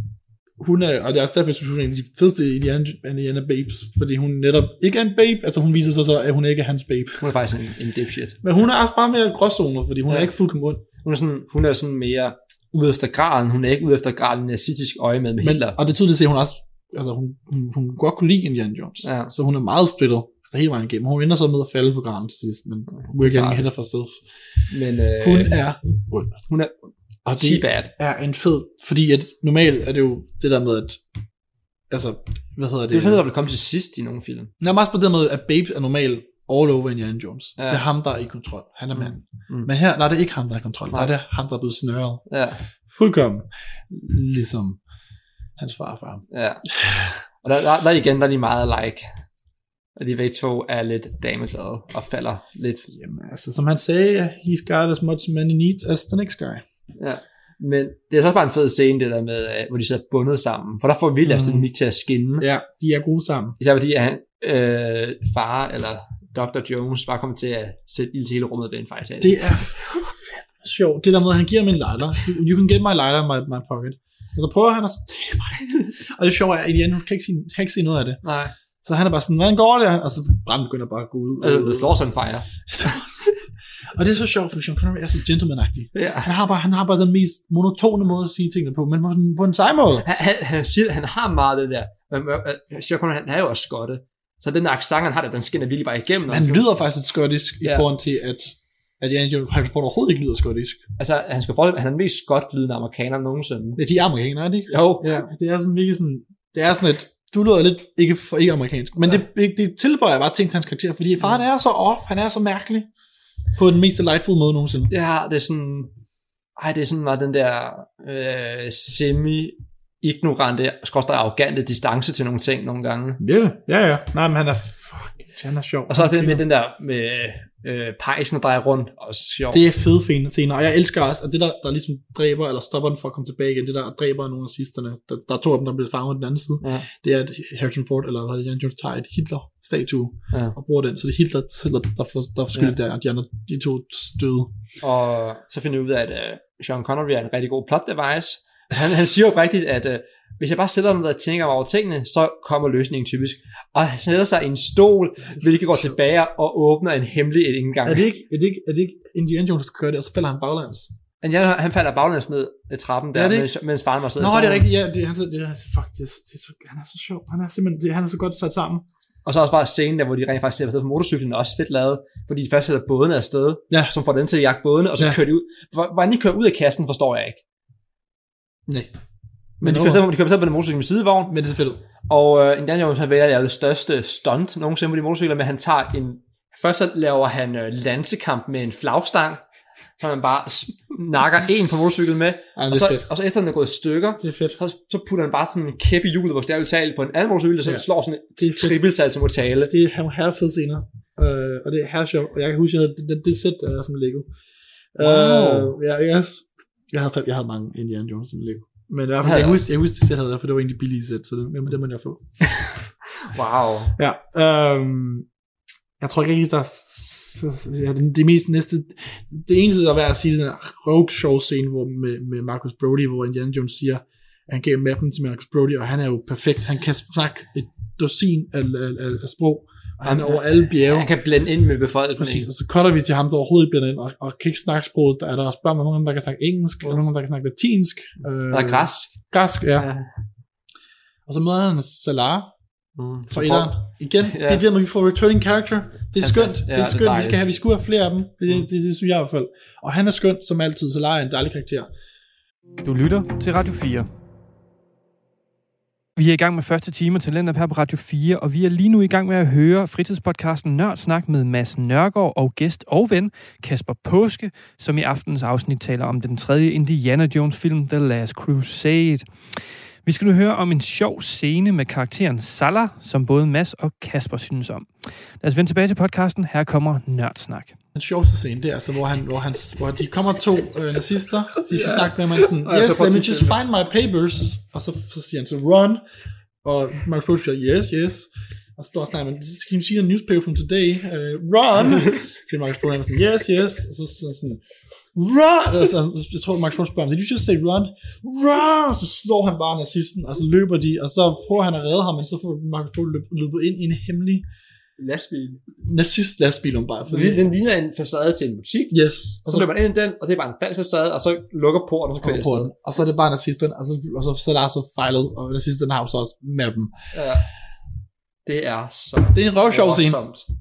hun er, og det er også derfor, jeg synes, hun er en af de fedeste Indiana Babes, fordi hun netop ikke er en babe, altså hun viser sig så, at hun ikke er hans babe. Hun er faktisk en, en dipshit. Men hun er også bare mere gråzoner, fordi hun ja. er ikke fuldkommen ond. Hun er sådan, hun er sådan mere ude efter graden, hun er ikke ude efter graden nazistisk øje med, med Hitler. Men, og det er tydeligt at se, at hun også, altså hun, hun, hun godt kunne lide Indiana Jones, ja. Så hun er meget splittet, altså hele vejen igennem. Hun ender så med at falde på graden til sidst, men we're getting ahead of herself. Men øh, hun er ond. Hun er og det bad. er en fed, fordi at normalt er det jo det der med, at altså, hvad hedder det? Det er fedt, at det kommer til sidst i nogle film. Nej, meget på det med, at Babe er normalt all over Indiana Jones. Ja. Det er ham, der er i kontrol. Han er mm. manden. Mm. Men her, der er det ikke ham, der er i kontrol. Der er det ham, der er blevet snørret. Ja. Fuldkommen. Ligesom hans farfar. Ja. Og der, der, der igen, der er de meget like. Og de begge to er lidt dameglade og falder lidt. Jamen, altså som han sagde, he's got as much money needs as the next guy. Ja. Men det er så bare en fed scene, det der med, hvor de sidder bundet sammen. For der får vi virkelig mm. dynamik til at skinne. Ja, de er gode sammen. Især fordi, at han, øh, far eller doktor Jones bare kommer til at sætte ild til hele rummet ved en fejltagelse. Det er sjovt. Det der med, at han giver mig en lighter. You can get my lighter in my, my pocket. Og så prøver han at tage mig. Og det sjove er, at Indiana kan ikke sige, kan ikke sige noget af det. Nej. Så han er bare sådan, hvordan går det? Og så branden begynder bare at gå ud. Altså, the floor's on fire. Og det er så sjovt, for Sean Connery er så gentleman-agtig. Ja. Han har bare, han har bare den mest monotone måde at sige tingene på, men på en, på en sej måde. Han, han, han, siger, han har meget det der. Men, uh, Sean Connery, han er jo også skotte. Så den der accent, han har der, den skinner virkelig bare igennem. Han lyder faktisk lidt skottisk ja. I forhold til, at at Indiana Jones overhovedet ikke lyder skottisk. Altså, han skal forholde, han er den mest skotlydende amerikaner nogensinde. Ja, de er amerikanere, er de ikke? Jo. Ja, det er sådan virkelig sådan, det er sådan et, du lyder lidt ikke, for, ikke amerikansk, men ja. det, det tilbøjer bare ting til hans karakter, fordi faren er så off, han er så mærkelig, på den mest delightful måde nogensinde. Ja, det er sådan, ej, det er sådan meget den der øh, semi-ignorante, skorstræk arrogante distance til nogle ting nogle gange. Virkelig? Ja, ja. Nej, men han er, fuck, han er sjov. Og så er det med den der, med øh, pejsen, der drejer rundt, og sjov. Det er fede, fine scener, og jeg elsker også, at det der, der ligesom dræber, eller stopper den for at komme tilbage igen, det der dræber nogle af sidsterne, der, der er to af dem, der bliver fanget på den anden side, ja. Det er, at Harrison Ford, eller hvad Indiana Jones, tager et Hitler-statue, ja. Og bruger den, så det er Hitler, der får, der får skyld ja. Der, at de andre, de to støde. Og så finder vi ud af, at uh, Sean Connery er en rigtig god plot device, Han, han siger jo rigtigt, at øh, hvis jeg bare sætter mig ned og tænker over tingene, så kommer løsningen typisk. Og han sætter sig i en stol, hvilket går tilbage og åbner en hemmelig indgang. Er det ikke, er det ikke, er det ikke Indiana Jones, der skal gøre det, og så falder han baglæns? Indiana, han falder baglæns ned ad trappen der, mens, mens faren var siddet. Nå, det er rigtigt, ja, det, han, det, er, fuck, det, er, det er så, han er så sjov, han er simpelthen, det, han er så godt sat sammen. Og så også bare scenen der, hvor de rent faktisk sætter på motorcyklen, er også fedt lavet, fordi de først sætter bådene afsted, ja. som får dem til at jagte bådene, og så ja. kører de ud. Hvordan de kører ud af kassen, forstår jeg ikke. Nej. Men, Men de kører selv, de kører selv på den motorcykel med sidevogn. Men det er fedt. Og uh, Indiana Jones, han vælger at lave det største stunt nogensinde på de motorcykler, men han tager en... Først så laver han uh, lansekamp med en flagstang, så man bare nakker en på motorcyklen med, ja, og, så, og så efter den er gået i stykker, det er fedt. Så, så putter han bare sådan en kæp i hjulet, hvor det er talt på en anden motorcykel, så ja. slår sådan et trippelsal til mortale. Det er her fede scener, øh, og det er her sjovt, og jeg kan huske, at jeg havde det, det sæt der som Lego. Wow. Øh, jeg, jeg, jeg, havde, jeg havde mange Indiana Jones som Lego. Men i hvert fald, jeg husker, jeg husker det sæt havde jeg, for det var egentlig billige sæt, så det, men det må jeg få. Wow. Ja, øhm, jeg tror ikke, der er ja, det, det mest næste, det eneste, der er værd at sige, den her Rogue Show scene hvor, med, med Marcus Brody, hvor Indiana Jones siger, at han gav mappen til Marcus Brody, og han er jo perfekt, han kan snakke et dusin af, af, af, af sprog, og han er over alle bjerge. Han kan blende ind med befolkningen. Præcis, og så cutter vi til ham, der overhovedet ikke blender ind, og, og kan ikke snakke sproget. Der er der også børn, nogen der kan snakke engelsk, og nogen der kan snakke latinsk. Øh, og græsk. Græsk, ja. ja. Og så møder han Salar, Mm, for etteren. Igen, ja. Det er der, når vi får returning character. Det er skønt. Ja, det er skønt. Det er vi skal have, vi skulle have flere af dem. Det, mm. det, det, det synes jeg i hvert fald. Og han er skønt, som altid. Så leger en dejlig karakter. Du lytter til Radio fire. Vi er i gang med første time til Talenter her på Radio fire, og vi er lige nu i gang med at høre fritidspodcasten Nørdsnak med Mads Nørgaard og gæst og ven Kasper Påske, som i aftenens afsnit taler om den tredje Indiana Jones film The Last Crusade. Vi skal nu høre om en sjov scene med karakteren Salah, som både Mads og Kasper synes om. Lad os vende tilbage til podcasten. Her kommer Nørdsnak. Den sjoveste scene, det er altså, hvor, han, hvor, han, hvor de kommer to øh, nazister, de skal snakke med ham sådan, yes, let me just find my papers, og så, så siger han så, run, og Marcus Brody siger, yes, yes, og så står og snakker, can you see a newspaper from today, uh, run, til Marcus Brody, sådan, yes, yes, og så sådan, sådan run, altså, jeg tror Marcus Brody spørger, did you just say run, run, og så slår han bare nazisten, og så løber de, og så prøver han at redde ham, men så får Marcus Brody løbet ind i en hemmelig lastbil. Nazist lastbil om bare. Fordi den ligner en facade til en butik. Yes. Og så løber man ind i den, og det er bare en falsk facade, og så lukker porten, og så kører jeg afsted. Og så er det bare nazisterne, og så, og så, så er der så fejlet, og nazisterne har jo så også med dem. Ja. Det er så det er en røvsjov scene.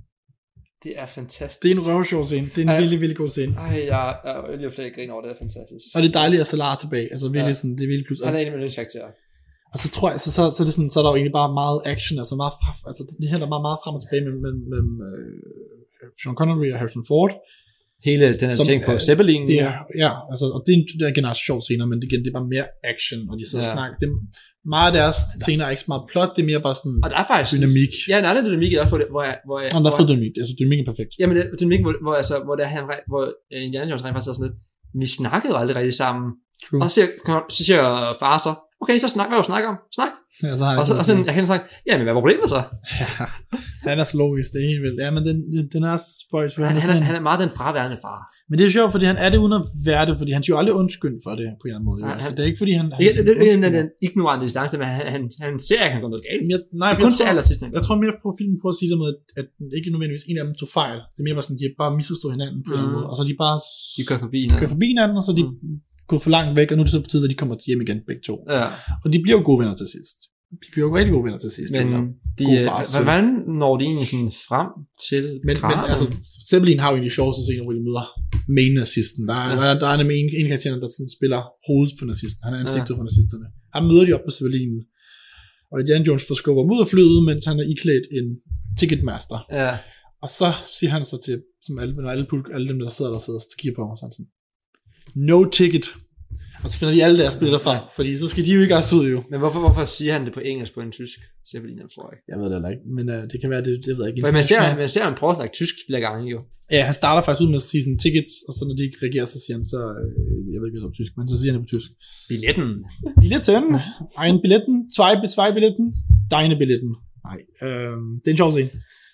Det er fantastisk. Det er en røvsjov scene. Det er en Ej, virkelig, virkelig god scene. Ej, jeg er virkelig flere griner over, det er fantastisk. Og det er dejligt at Salah tilbage. Altså virkelig ja. Sådan, det er virkelig plus. Han er en af mine karakterer. Og så tror jeg, så, så, så, er det sådan, så er der jo egentlig bare meget action, altså meget, altså det her der er meget, meget frem og tilbage med, med, med, med uh, Sean Connery og Harrison Ford. Hele den her ting på Zeppelin. Det er, ja, altså, og det er, det er generelt sjov scener, men det, igen, det er bare mere action, og de sidder ja. og snakker. Det er, meget af deres scener er ikke så meget plot, det er mere bare sådan og der er faktisk dynamik. Ja, en anden dynamik er også, hvor, det, hvor jeg... Hvor jeg og der er fed dynamik, altså dynamik er perfekt. Jamen, dynamik, hvor, hvor, altså, hvor, det er, han, hvor Indiana Jones rent faktisk er sådan lidt, vi snakkede aldrig rigtig sammen. True. Og så siger, så siger far så, okay, så snak, hvad du snakker om? Snak. Ja, så har og så, og sådan, jeg kan sige, ja, men hvad er problemet så? Ja, han er så logisk, det er helt vildt. Ja, men den, den er spøjs. Han, han, han, er, han er meget den fraværende far. Men det er sjovt, fordi han er det uden at være det, fordi han siger jo aldrig undskyld for det, på en eller anden måde. Ja, altså, det er ikke fordi, han... han ja, det er den, den ignorante distance, men han, han, han ser, at han går noget galt. Jeg, nej, kun til allersidst. Jeg tror mere på filmen på at sige det med, at ikke nødvendigvis en af dem tog fejl. Det er mere bare sådan, de har bare misforstået hinanden på en mm. måde. Og så de bare... De kører forbi hinanden. Kører forbi hinanden, og så de mm. går for langt væk, og nu er det så på tide, at de kommer hjem igen, begge to. Ja. Og de bliver jo gode venner til sidst. De bliver jo rigtig gode venner til sidst. Men de, hvordan når de egentlig sådan frem til men, men altså, Zeppelin har jo egentlig sjoveste scener, hvor de møder main nazisten. Der er, ja. der, der er en, en af karaktererne, der sådan spiller hovedet for nazisten. Han er ansigtet ja. for nazisterne. Han møder de op på Zeppelin. Og Indiana Jones får skubber ham ud af flyet, mens han er iklædt en Ticketmaster. Ja. Og så siger han så til, som alle, alle, alle dem, der sidder der, sidder og kigger på ham, og sådan, no ticket. Og så finder de alle deres billetter frem, fordi så skal de jo ikke også ud jo. Men hvorfor, hvorfor siger han det på engelsk på en tysk Zeppelin, jeg tror ikke? Jeg ved det heller ikke, men uh, det kan være, det, det ved jeg ikke. For man ser, man ser, han prøver at snakke tysk flere gange jo. Ja, han starter faktisk ud med at sige sådan tickets, og så når de ikke reagerer, så siger han så, øh, jeg ved ikke, hvad det er på tysk, men så siger han det på tysk. Billetten. Billetten. Ein Billetten. Zwei, zwei Billetten. Deine Billetten. Nej, øh, det er en sjov scene.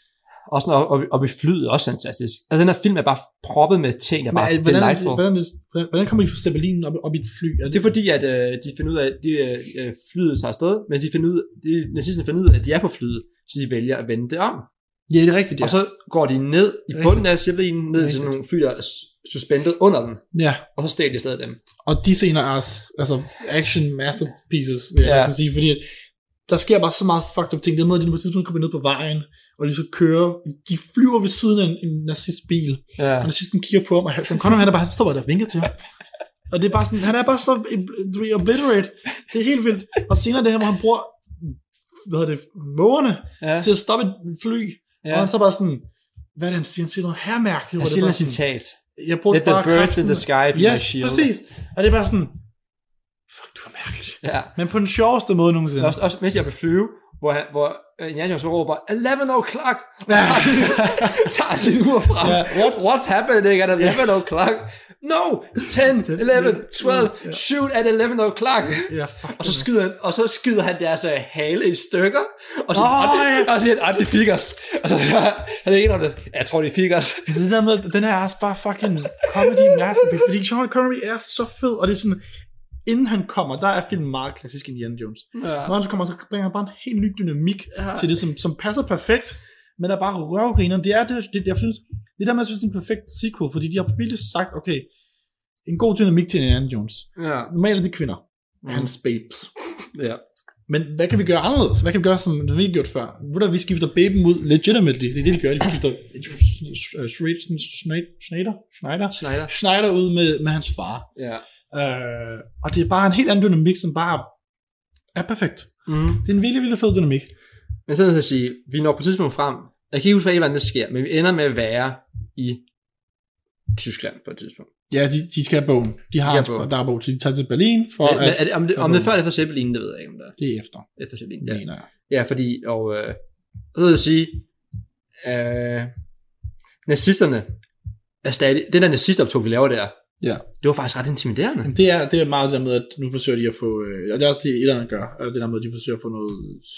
Også når op, op i flyet, også fantastisk. Altså den her film er bare proppet med ting, der bare Men, hvordan, delightful. Hvordan, hvordan, hvordan kommer de fra Zeppelinen op, op i et fly? Er det... det er fordi, at øh, de finder ud af, at de, øh, flyet tager afsted, men de finder ud, de, nazisterne finder ud af, at de er på flyet, så de vælger at vende det om. Ja, det er rigtigt, ja. Og så går de ned i bunden af Zeppelinen, ned til nogle fly, der er suspenderet under den, ja. og så stjæler de stadig dem. Og de scener er altså action masterpieces, vil jeg ja. sige, fordi der sker bare så meget fucked up ting. Det er måde, at de på et tidspunkt kommer ned på vejen, og de så kører, de flyver ved siden af en, en nazistbil, ja. Og nazisten kigger på ham, og Sean Connery, han er bare, han står bare der og vinker til ham. Og det er bare sådan, han er bare så obliterate. Det er helt vildt. Og senere det her, hvor han bruger, hvad hedder det, mågerne, ja. Til at stoppe et fly, ja. Og han så bare sådan, hvad er det, han siger? Han siger noget hermærkeligt. Han siger noget citat. Jeg brugte Let the birds in the sky be my yes, shield. Præcis. Og det er bare sådan, fuck, du er mærkeligt. Ja. Men på den sjoveste måde nogensinde. Også, også mens jeg vil flyve, hvor, han, hvor uh, Indiana Jones råber, eleven o'clock, ja. tager sin ur frem. Yeah. What's, What's happening at eleven yeah. o'clock? No, ten, eleven, twelve, yeah. Shoot at eleven o'clock. Yeah, og, så skyder han, og så skyder han deres uh, hale i stykker, og så oh, yeah. siger han, det fik os. Og så han er en af det, jeg tror, det fik os. Det der med, den her er også bare fucking comedy masterpiece, fordi Sean Connery er så fed, og det er sådan, inden han kommer, der er filmen meget klassisk Indiana Jones. Ja. Når han så kommer, så bringer han bare en helt ny dynamik ja. Til det, som, som passer perfekt, men der er bare røvgriner. Det er det, det, jeg synes, det der med, jeg synes, det er en perfekt sequel, fordi de har virkelig sagt, okay, en god dynamik til Indiana Jones. Ja. Normalt er det kvinder, mm. hans babes. Ja. Men hvad kan vi gøre anderledes? Hvad kan vi gøre, som vi ikke har gjort før? Hvordan vi skifter babyen ud legitimately? Det er det, de gør. De skifter Schneider, Schneider, Schneider, Schneider ud med, med hans far. Ja. Uh, og det er bare en helt anden dynamik, som bare er perfekt. Mm. Det er en virkelig, virkelig fed dynamik. Men sådan at sige, vi når på et tidspunkt frem, jeg kan ikke huske, hvad der sker, men vi ender med at være i Tyskland på et tidspunkt. Ja, de, de skal have bogen. De har de en dagbog, så de tager til Berlin for men, at... Er det, om, det, om det er før eller efter Zeppelin, det ved jeg ikke, om det er. Det er efter. Efter Zeppelin, ja. Mener jeg. Ja, fordi, og øh, så vil jeg sige, øh, nazisterne er stadig, den der nazistoptog, vi laver der, ja. Det var faktisk ret intimiderende. Det er, det er meget det der med, at nu forsøger de at få, øh, og det er også det, et eller andet gør, det der med, at de forsøger at få noget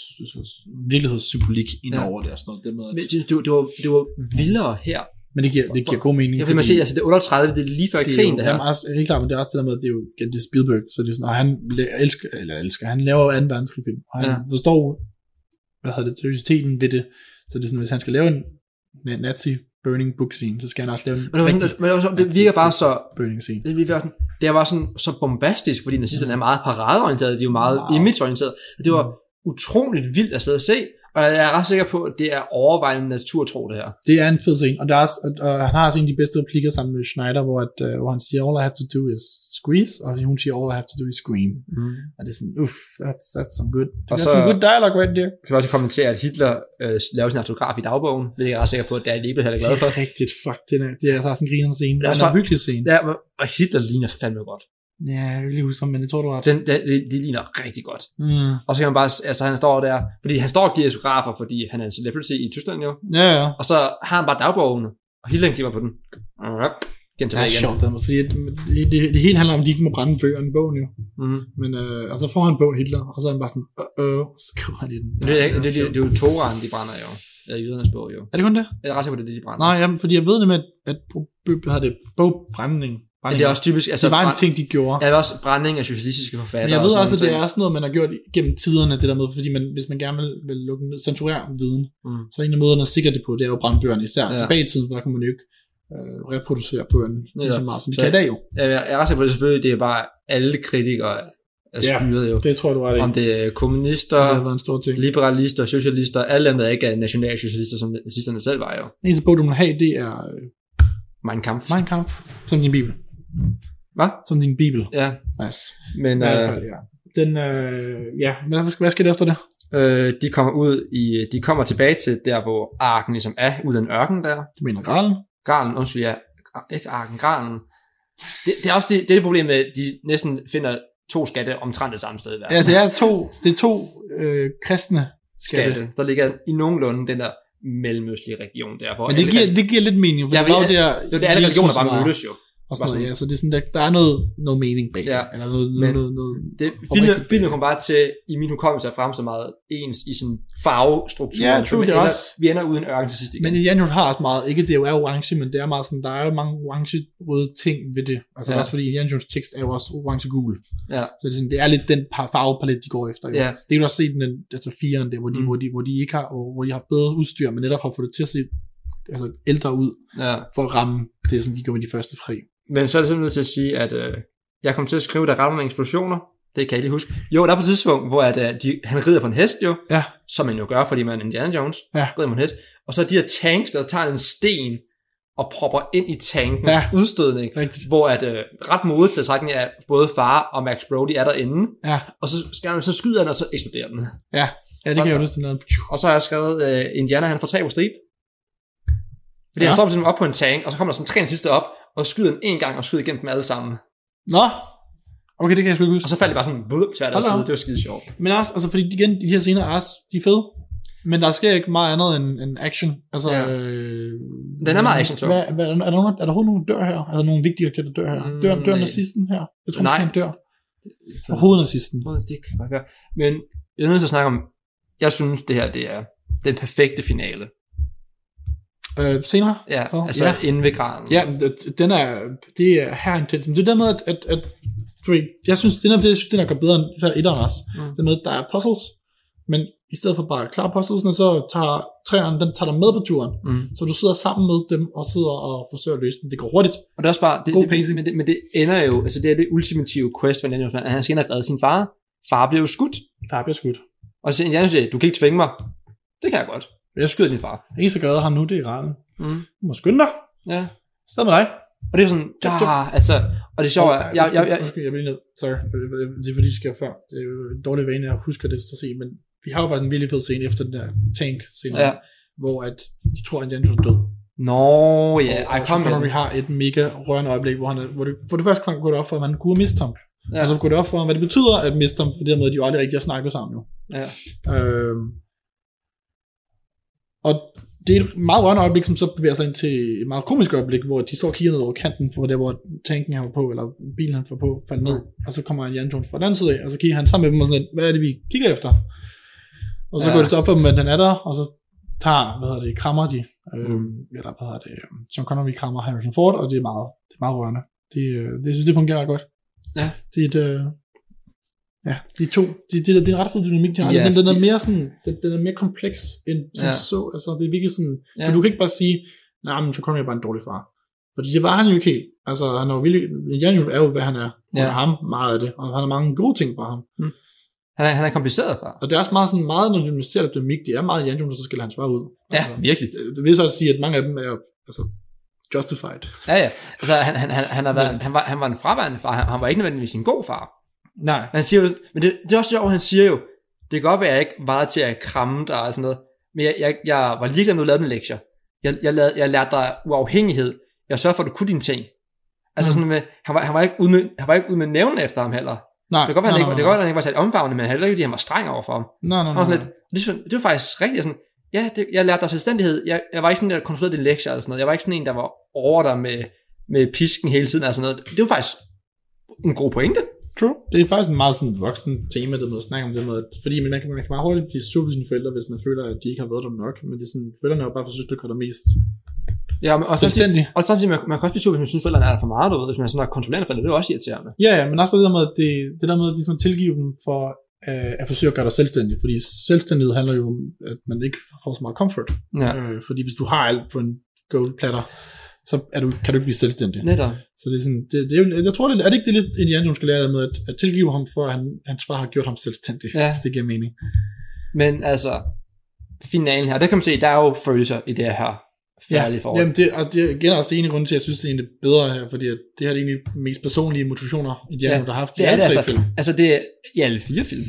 virkelighedssymbolik ind over ja. Det og sådan noget. Det, med, at... Men det, det, var, det var vildere her. Men det giver, det giver god mening. Jeg vil man sige, altså det er otteogtredive, det er lige før krigen, det, det her. Det er helt klart, men det er også det der med, at det er jo igen, det er Spielberg, så det er sådan, og han elsker, eller elsker, han laver jo anden verdenskrig-film, og han ja. Forstår, hvad hedder det, seriøsiteten ved det, så det er sådan, hvis han skal lave en nazi burning book scene, så skal han også lave en men det, rigtig, men det, det virker bare så burning scene. Det, virker sådan, det var sådan så bombastisk, fordi nazisterne er meget paradeorienterede, de er jo meget wow. imageorienterede. Det var utroligt vildt at sidde og se, og jeg er ret sikker på, at det er overvejende naturtro, det her. Det er en fed scene, og, der er også, og han har også en af de bedste replikker sammen med Schneider, hvor, at, uh, hvor han siger, all I have to do is squeeze, og hun siger, all I have to do is scream. Mm. Og det er sådan, uff, that's, that's some good, that's så, some good dialogue right there. Jeg vil også kommentere, at Hitler øh, lavede sin autograf i dagbogen, hvilket jeg er ret sikker på, at Danny Liebel er glad for. Det er rigtigt, fuck, det er, det er altså en grinerende scene, det er, det er en hyggelig scene. Ja, og Hitler ligner fandme godt. Ja, jeg vil lige huske ham, men det tror du ret. Den, den, det, det ligner rigtig godt. Mm. Og så kan man bare, altså han står der, fordi han står og giver autografer, fordi han er en celebrity i Tyskland jo. Ja, ja. Og så har han bare dagbogen, og Hitler klipper på den. Igen tilbage igen. Det er sjovt, den, fordi det, det, det, det hele handler om, at de ikke må brænde bøgerne i bogen jo. Mm. Men, øh, og så får han bogen Hitler, og så er han bare sådan, øh, øh, skriver han i den. Det, det, det, det, det, det er jo Toraen, de brænder jo. Eller jødernes bog jo. Er det kun det? Jeg er ret sikker på, det er det, de brænder. Nej, jamen, fordi jeg ved det med, at, at har det bogbrænding. Ja, det er også typisk, altså, det var en ting, de gjorde. Ja, det er også brænding af socialistiske forfattere. Men jeg ved også, at det er også noget, man har gjort gennem tiderne, det der med, fordi man, hvis man gerne vil, vil lukke, censurere viden, mm. så er en af måderne at sikre det på, det er jo brænde bøgerne, især ja. Tilbage i tiden, der kan man jo ikke øh, reproducere bøgerne ja. Så meget, som vi så, kan i dag jo. Ja, jeg er ret sikker på det selvfølgelig, det er bare alle kritikere er styret jo. Det tror jeg, du var det. Om det er kommunister, det en stor ting. Liberalister, socialister, alle dem, der ikke er nationalsocialister, som nazisterne selv var jo. Den eneste bog, du må have, det er Mein Kampf. Mein Kampf, som din bibel. Hvad? Som din bibel. Ja. Nice. Men øh, ja, ja. Den øh, ja, hvad skal, hvad skal det efter det? Øh, de kommer ud i de kommer tilbage til der hvor arken ligesom er ud af en ørken der. Du mener Gralen? Gralen, undskyld, ja. Ikke arken, Gralen. Det, det er også det, det er det problem med at de næsten finder to skatte omtrent det samme sted i verden. Ja, det er to det er to øh, kristne skatte. skatte, der ligger i nogenlunde den der mellemøstlige region der hvor. Men det giver kan... det giver lidt mening, for ja, det var jo der det er det alle religioner bare mødes jo. Og sådan noget, ja, så det er sådan, der, der er noget, noget mening bag. Ja, eller noget, men noget, noget, det, filmen, filmen kom bare til, i min hukommelse, at fremstå meget ens i sådan farvestruktur. Ja, true, det ender, også. Vi ender uden ørken til sidst igen. Men Indiana Jones har også meget, ikke det er jo orange, men det er meget sådan, der er jo mange orange-røde ting ved det. Altså ja. Også fordi Indiana Jones tekst er jo også orange-gul. Ja. Så det er, sådan, det er lidt den farvepalet, de går efter. Jo. Ja. Det kan du også se den, altså fireren der, hvor de, mm. hvor, de, hvor de ikke har, hvor de har bedre udstyr, men netop har fået det til at se altså ældre ud, ja. For at ramme det, som de går med de første fri. Men så er det simpelthen til at sige, at øh, jeg kom til at skrive, der rammer med eksplosioner. Det kan jeg lige huske. Jo, der er på et tidspunkt, hvor at, øh, de, han rider på en hest jo, ja. Som man jo gør, fordi man er Indiana Jones, ja. Rider på en hest. Og så de her tanks, der tager en sten og propper ind i tankens ja. Udstødning, rigtigt. Hvor at øh, ret modigt til trækning af både far og Max Brody er derinde, ja. Og så, skal, så skyder han, og så eksploderer den. Ja, ja det kan jeg jo lyst til. Og så har jeg skrevet, øh, Indiana han får tre på strip. Fordi ja. Han står simpelthen op på en tank, og så kommer der sådan tre sidste op, og skyder den en gang, og skyder igennem dem alle sammen. Nå, okay, det kan jeg sgu ikke huske. Og så falder det bare sådan blub tvært af side, det var skide sjovt. Men også, altså fordi igen, de her scener er også, de er fede, men der sker ikke meget andet end, end action. Altså, ja. øh, den er meget action, så. Hvad, hvad, er, der nogen, er der overhovedet nogen dør her? Er der nogen vigtige karakterer, der dør her? Dør, dør nazisten her? Jeg tror måske, han dør. Overhovedet nazisten. Det kan man gøre. Men jeg er nødt til at snakke om, jeg synes, det her, det er den perfekte finale. Øh, senere? Ja, oh, altså ja. Inde ved graden. Ja, den er, det er her intens. Men det er der med, at, at, at jeg synes, den er, det, jeg synes, den er godt bedre end etteren også. Mm. Det med, at der er puzzles, men i stedet for bare at klare puzzlesene, så tager træerne, den tager dig med på turen. Mm. Så du sidder sammen med dem, og sidder og forsøger at løse dem. Det går hurtigt. Og det er også bare, det, det, det, men, det, men det ender jo, altså det er det ultimative quest for Indiana Jones, at han skal ind og redde sin far. Far bliver jo skudt. Far bliver skudt. Og så Indiana siger, du kan ikke tvinge mig. Det kan jeg godt. Jeg skyder din far. Ingen så græder ham nu, det er raren. Mm. Du må skynde dig. Ja. Sted med dig. Og det er sådan, ah, altså, og det er sjovt, jeg, jeg, jeg, jeg, jeg, jeg bliver ned, sorry, det er fordi, det sker før, det er jo en dårlig vane, jeg husker det at se, men vi har jo bare sådan en virkelig fed scene efter den der tank-scene, ja. Hvor at de tror, at Indiana Jones er død. Nå, ja, og, og så vi har et mega rørende øjeblik, hvor, han er, hvor det for det første gang går det op for, at man kunne miste ham, ja. Og så går det op for ham, hvad det betyder at miste ham, for det måde, de jo aldrig rigtig har snakket sammen jo. Ja. Øhm, og det er et meget rørende øjeblik, som så bevæger sig ind til et meget komisk øjeblik, hvor de så kigger ned over kanten, for der hvor tanken han var på, eller bilen han var på, faldt ned, og så kommer Indiana Jones fra den anden side af, og så kigger han sammen med dem og sådan lidt, hvad er det vi kigger efter? Og så ja. Går det så op for dem, at den er der, og så tager, hvad hedder det, krammer de, mm. øhm, eller hvad hedder det, Sean Connery krammer Harrison Ford, og det er meget, det er meget rørende. Det, øh, det synes det fungerer godt. Ja. Det er et, øh, ja, de to, det de, de, de er en ret fed dynamik, de har, ja, men den er mere sådan, den, den er mere kompleks end som ja. Så, altså det er virkelig sådan, ja. For du kan ikke bare sige, nej, men Sean Connery er bare en dårlig far. Fordi det var han jo ikke helt. Altså han er jo virkelig, Indiana Jones er jo, hvad han er, og ja. Ham meget af det, og han har mange gode ting fra ham. Mm. Han er, han er kompliceret fra. Og det er også meget sådan, meget når du ser det dynamik, det er meget Indiana Jones, så skal han svare ud. Ja, altså, virkelig. Det vil så også sige, at mange af dem er altså justified. Ja, ja. Altså han, han, han, han, har været, han, var, han var en fraværende far, han, han var ikke nødvendigvis en god far. Nej. Men, han siger jo, men det, det er også sjovt, han siger jo, det kan godt være, at jeg ikke var til at kramme dig og sådan noget, men jeg, jeg, jeg var ligeglad, når du lavede en lektier. Jeg, jeg, lavede, jeg lærte dig uafhængighed. Jeg sørgede for, at du kunne dine ting. Altså mm. sådan med, han var, han var ikke ude med, han var ikke ude med nævnen efter ham heller. Nej, det kan godt være, nej, han, nej, det kan godt være, han ikke var særlig omfavnende, men heller ikke, fordi han var streng over for ham. Nej, nej, nej. Lidt, det, det, var faktisk rigtigt. Sådan, ja, det, jeg lærte dig selvstændighed. Jeg, jeg var ikke sådan, der kontrollerede dine lektier eller sådan noget. Jeg var ikke sådan en, der var over dig med, med pisken hele tiden. Altså noget. Det var faktisk en god pointe. True. Det er faktisk en meget sådan voksen tema, det med at snakke om det med, fordi man kan, man kan meget hurtigt blive sur ved sine forældre, hvis man føler, at de ikke har været der nok, men det er sådan, forældrene er jo bare for synes, det gør der mest ja, men, og selvstændig. Og samtidig, man, man kan også blive sur, hvis man synes, forældrene er for meget, du ved, hvis man er sådan en kontrollerende forældre, det er også irriterende. Ja, ja, men også på det der med, at det, det der med at ligesom tilgive dem for øh, at forsøge at gøre dig selvstændig, fordi selvstændighed handler jo om, at man ikke får så meget comfort. Ja. Øh, fordi hvis du har alt på en gold platter, så er du, kan du ikke blive selvstændig. Netop. Så det er sådan, det, det er jo, jeg tror, det er det ikke det lidt Indiana Jones skal lære med, at, at tilgive ham, for at han, hans far har gjort ham selvstændig, ja. Hvis det giver mening. Men altså, finalen her, der kan man se, der er jo følelser i det her færdige ja, forhold. Jamen det, og det er igen også en grund til, at jeg synes, det er egentlig bedre her, fordi at det her er egentlig mest personlige motivationer, Indiana Jones ja, har haft i alle tre altså, film. Altså det er i alle fire film.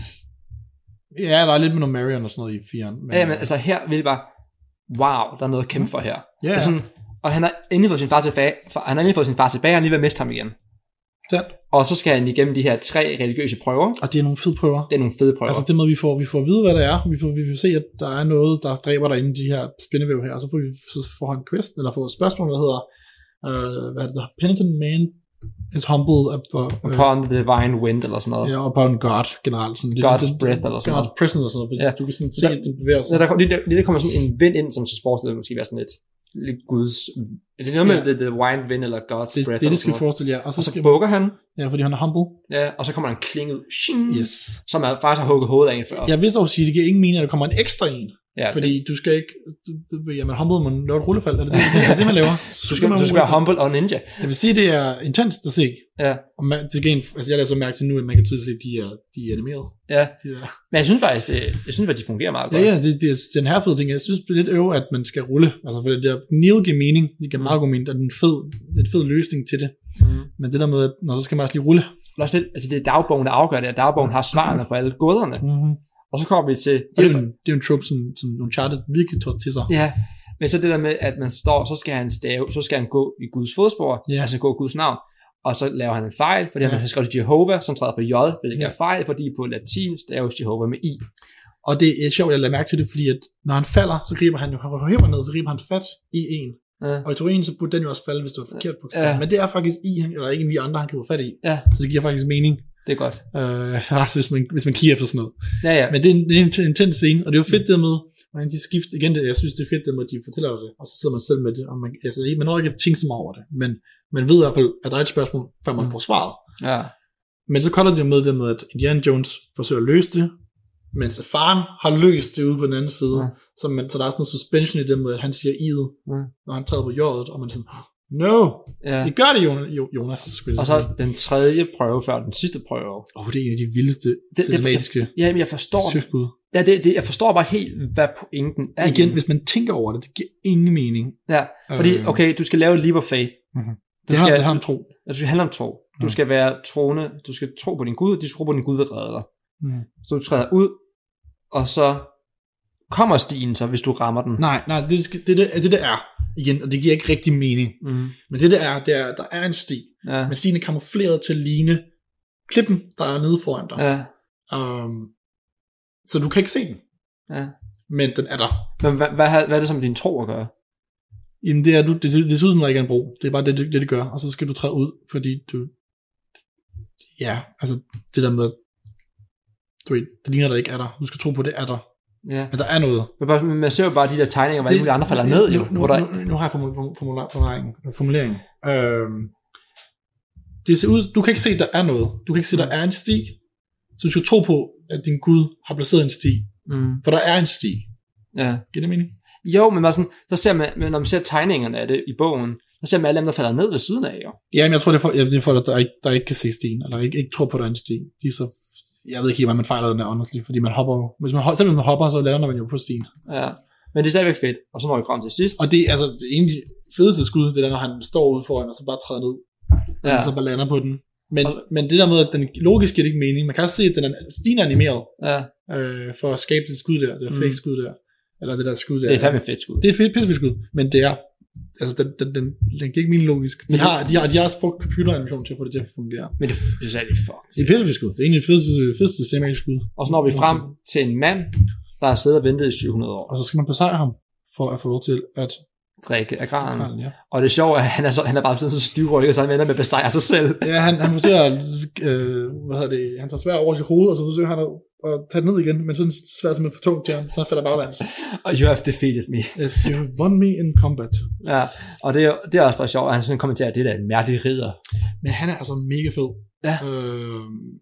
Ja, der er lidt med noget Marion og sådan noget i firen. Men, ja, men altså her vil jeg bare, wow, der er noget at kæmpe for her. Ja, ja. Sådan, og han har endelig fået sin far tilbage, han har endelig fået sin far tilbage, han har lige været mist ham igen. Sandt. Og så skal han igennem de her tre religiøse prøver. Og det er nogle fede prøver. Det er nogle fede prøver. Altså det med, vi får, vi får at vide, hvad der er. Vi får, vi får se, at der er noget, der dræber dig inde i de her spindevæv her. Og så får vi så får han en quest, eller får et spørgsmål, der hedder, Uh, hvad er det der? Penitent man is humble upon, uh, upon the divine wind, eller sådan noget. Ja, upon God generelt. Sådan, God's det, breath, eller sådan God's noget. presence, eller sådan noget, fordi ja. du kan sådan se, at den bevæger sig. Så der, lige, der, lige der kommer sådan en vind ind, som så forestiller måske være sådan lidt, lidt Guds... Er det noget med ja. the, the divine wind, eller God's det, breath? Det er det, skal vi forestille jer. Og så, og så skal bukker han. Ja, fordi han er humble. Ja, og så kommer der en kling ud. Shing, yes. Som er faktisk har hugget hovedet af en før. Jeg vil også sige, at det giver ingen mening, at der kommer en ekstra en. Ja, fordi det, du skal ikke, du, du, jamen humble, man laver et rullefald, er det det, det, er det man laver? Du skal, du skal være humble og ninja. Jeg vil sige, det er intenst at se. Ja. Og man, til gen, altså jeg lader så mærke til nu, at man kan tydeligt se, at de er, de er animeret. Ja, de er. Men jeg synes faktisk, det, jeg synes, at de fungerer meget godt. Ja, ja, det, det er den her fede ting. Jeg synes, det er lidt øve, at man skal rulle. Altså, for det der Neil giver mening, det giver meget god mening, og det er en fed, en fed løsning til det. Mm. Men det der med, at når så skal man også lige rulle. Det er også fedt, altså det er dagbogen, der afgør det, at dagbogen har svarene på alle gåderne. Mm-hmm. Og så kommer vi til... Det er jo en, det er en trope, som, som Uncharted virkelig tog til sig. Ja, men så det der med, at man står, så skal han stave, så skal han gå i Guds fodspor, yeah. altså gå i Guds navn, og så laver han en fejl, fordi yeah. han har skrevet Jehovah, som træder på J, hvilket yeah. er fejl, fordi på latin staves Jehovah med I. Og det er sjovt, jeg lader mærke til det, fordi at når han falder, så griber han jo, han hiver ned, så griber han fat i en. Ja. Og i teorien, så burde den jo også falde, hvis det var forkert på ja. Men det er faktisk i, eller ikke vi andre, han griber fat i. Ja. Så det giver faktisk mening. Det er godt. Øh, altså, hvis man, hvis man kigger efter sådan noget. Ja, ja. Men det er en, det er en intens scene, og det er jo fedt det med, hvordan de skifter, igen, det, jeg synes, det er fedt det med, at de fortæller det, og så sidder man selv med det, og man, altså, man når ikke at tænke så meget over det, men man ved i hvert fald, at der er et spørgsmål, før man mm. får svaret. Ja. Men så kolder det jo med det med, at Indiana Jones forsøger at løse det, mens faren har løst det ude på den anden side, ja. så, man, så der er sådan noget suspension i det med, at han siger i'et, ja. når han træder på jordet, og man er sådan, no, ja. det gør det, Jonas. Og så den tredje prøve før den sidste prøve. Åh, oh, det er en af de vildeste det, cinematiske det, ja, men jeg forstår søskud. Ja, det, det, jeg forstår bare helt, hvad pointen er. Igen, hvis man tænker over det, det giver ingen mening. Ja, fordi, okay, du skal lave et leap of faith. Mm-hmm. Det, det, skal, det handler om tro. Det skal handle om tro. Du mm. skal være troende, du skal tro på din Gud, og du skal tro på din Gud vil redde dig. Mm. Så du træder ud, og så kommer stien så, hvis du rammer den. Nej, nej, det er det, det, det, det er. Igen, og det giver ikke rigtig mening. Mm. Men det der er, det er, der er en sti. Ja. Men stien er kamufleret til at ligne klippen, der er nede foran dig. Ja. Um, så du kan ikke se den. Ja. Men den er der. Men hvad, hvad, hvad er det som din tro at gøre? Jamen det er, du, det, det, det ser ud som, der ikke er en bro. Det er bare det, det, det, det gør. Og så skal du træde ud, fordi du... Ja, altså det der med... Du ved, det ligner, der ikke er der. Du skal tro på, det er der. Ja. Men der er noget. Men man ser jo bare de der tegninger, hvor alle mulige andre falder ned. Jo, nu, hvor der... nu, nu har jeg formuleringen. formuleringen. Øhm, det ser ud, du kan ikke se, at der er noget. Du kan ikke se, at der er en sti. Så du skal tro på, at din Gud har placeret en sti. Mm. For der er en sti. Ja. Giver det mening? Jo, men sådan, så ser man, når man ser tegningerne af det i bogen, så ser man alle dem, der falder ned ved siden af. Jo. Ja, men jeg tror, det er folk, det er folk der, ikke, der ikke kan se stien, eller ikke, ikke tror på, at der er en sti. De er så... Jeg ved ikke helt, hvad man fejler den der honestly, fordi man hopper, hvis man, selv hvis man hopper, så lander man jo på stien. Ja, men det er stadigvæk fedt, og så når vi frem til sidst. Og det er altså det egentlig fedeste skud, det er når han står ude foran, og så bare træder ned, og ja. så bare lander på den. Men, og, men det der med, at den logisk giver det ikke mening. Man kan også se, at den er, stien er animeret, ja. øh, for at skabe det skud der, det der mm. fake skud der, eller det der skud der. Det er fandme fedt skud. Det er fedt, pissefedt skud, men det er, altså den, den, den, den giver ikke mening logisk. De har, de har, de har brugt computeranimation til at få det til at fungere. Men det, det er det fuck. Det er pissefedt skud. Det er egentlig det fedeste, fedeste cinematisk skud. Og så når vi frem til en mand, der har siddet og ventet i syv hundrede år. Og så skal man besejre ham, for at få lov til at drikke af granen. Ja. Og det er sjovt, at han er, så, han er bare sådan så stivrykket, så han vender med at besejre sig selv. Ja, han, han forsøger, øh, hvad hedder det, han tager svær over sit hoved, og så forsøger han at, at tage det ned igen, men sådan svært simpelthen for tungt til ham, så han falder baglands. Og you have defeated me. Yes, you have won me in combat. Ja, og det er, det er også bare sjovt, at han sådan kommenterer, at det er en mærkelig ridder. Men han er altså mega fed. Ja. Øh,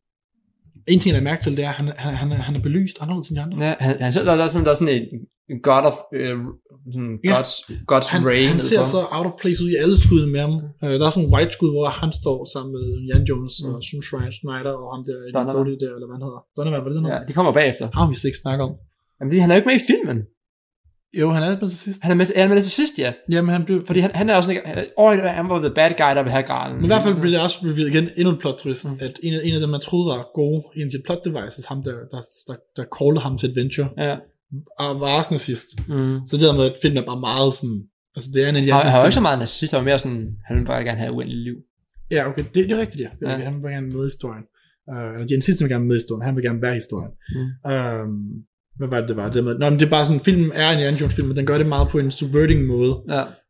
en ting, jeg har mærke til, det er, at han, han, han, han er belyst anderledes end de andre. Ja, han, han, der, der, er sådan, der er sådan en god of, uh, sådan ja. God's, God's han, rain. Han ser så out of place ud i alle skuddene med ham. Uh, der er sådan en white skud, hvor han står sammen med Jan Jones mm. og Sunshine Snyder og ham der, Donovan. der eller hvad han hedder. Donovan, hvad er det der? Ja, de kommer bagefter. Har vi slet ikke snakket om. Jamen, han er jo ikke med i filmen. Jo, han er med til sidst. Han er med, er han med til sidst, ja. Jamen, han blev... Fordi han, han er også sådan, åh, oh, han var the bad guy, der vil have granen. Men i hvert fald blev det også revealed igen, endnu en plot twist, mm. at en af, en af dem, man troede var gode, en af de plot devices, ham der, der, der, der callede ham til adventure, ja. og var også nazist. Mm. Så det der med, at filmen er bare meget sådan, altså det er en af de... Han har jo ikke så meget nazist, han var mere sådan, han ville bare gerne have uendelig liv. Ja, okay, det, det er rigtigt, ja. Det er, ja. Okay. Han vil bare gerne med i historien. Uh, eller de insister, vil gerne med i historien, han vil gerne være i historien. Mm. Um, Hvad var det, det var? Det, med, nå, men det er bare sådan, filmen er en Indiana Jones film, men den gør det meget på en subverting måde. Ja.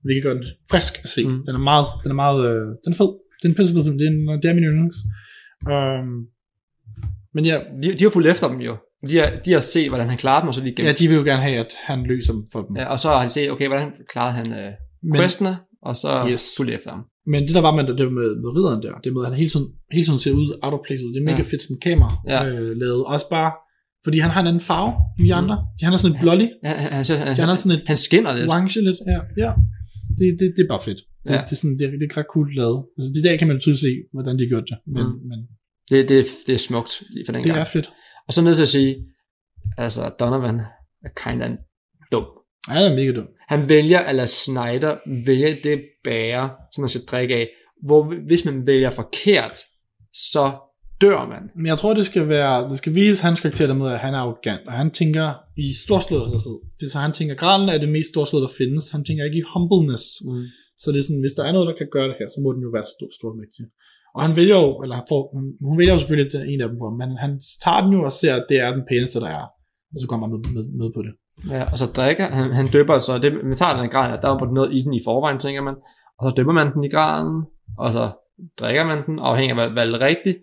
Det kan gøre den frisk at se. Mm. Den er meget, den er meget, øh, den er fed. Det er en pissefed film. Det er, det er min yndlings. Um, men ja. De, de har fulgt efter dem jo. De har, de har set, hvordan han klarede dem, og så lige gennem. Ja, de vil jo gerne have, at han løser dem for dem. Ja, og så har han set, okay, hvordan klarede han øh, questene, og så yes. fulgt efter ham. Men det der var med, det med, med ridderen der, det med, at han hele tiden, hele tiden ser ud out of place ud. Det er mega ja. fedt som kamera ja. øh, lavet. Også bare, fordi han har en anden farve end de andre. Mm. Han har sådan et blålig. Ja, han, han, han, han, har sådan et han skinner lidt. Orange lidt, ja. ja. Det, det, det er bare fedt. Det, ja. det, er sådan, det, er, det er ret cool lavet. Altså, i dag kan man tydeligt se, hvordan de har gjort det. Men, mm. men det, det, det er smukt for den det gang. Det er fedt. Og så nødt til at sige, altså Donovan er kinda dum. Ja, han er mega dum. Han vælger, eller Snyder vælger det bære, som man skal drikke af. Hvor hvis man vælger forkert, så dør man. Men jeg tror, det skal være, det skal vise hans karakter der med, at han er arrogant, og han tænker i storslåethed. Det er så, han tænker, Gralen er det mest storslåede, der findes. Han tænker ikke i humbleness. Mm. Så det er sådan, hvis der er noget, der kan gøre det her, så må den jo være stor, stor mægtig. Og han vælger jo, eller han får, hun vælger jo selvfølgelig en af dem for ham, men han tager den jo og ser, at det er den pæneste, der er. Og så kommer han med, med, med på det. Ja, og så drikker, han, han døber, så det, man tager den i graden, at der er på noget i den i forvejen, tænker man. Og så døber man den i graden, og så drikker man den, afhængig af hvad valget rigtigt.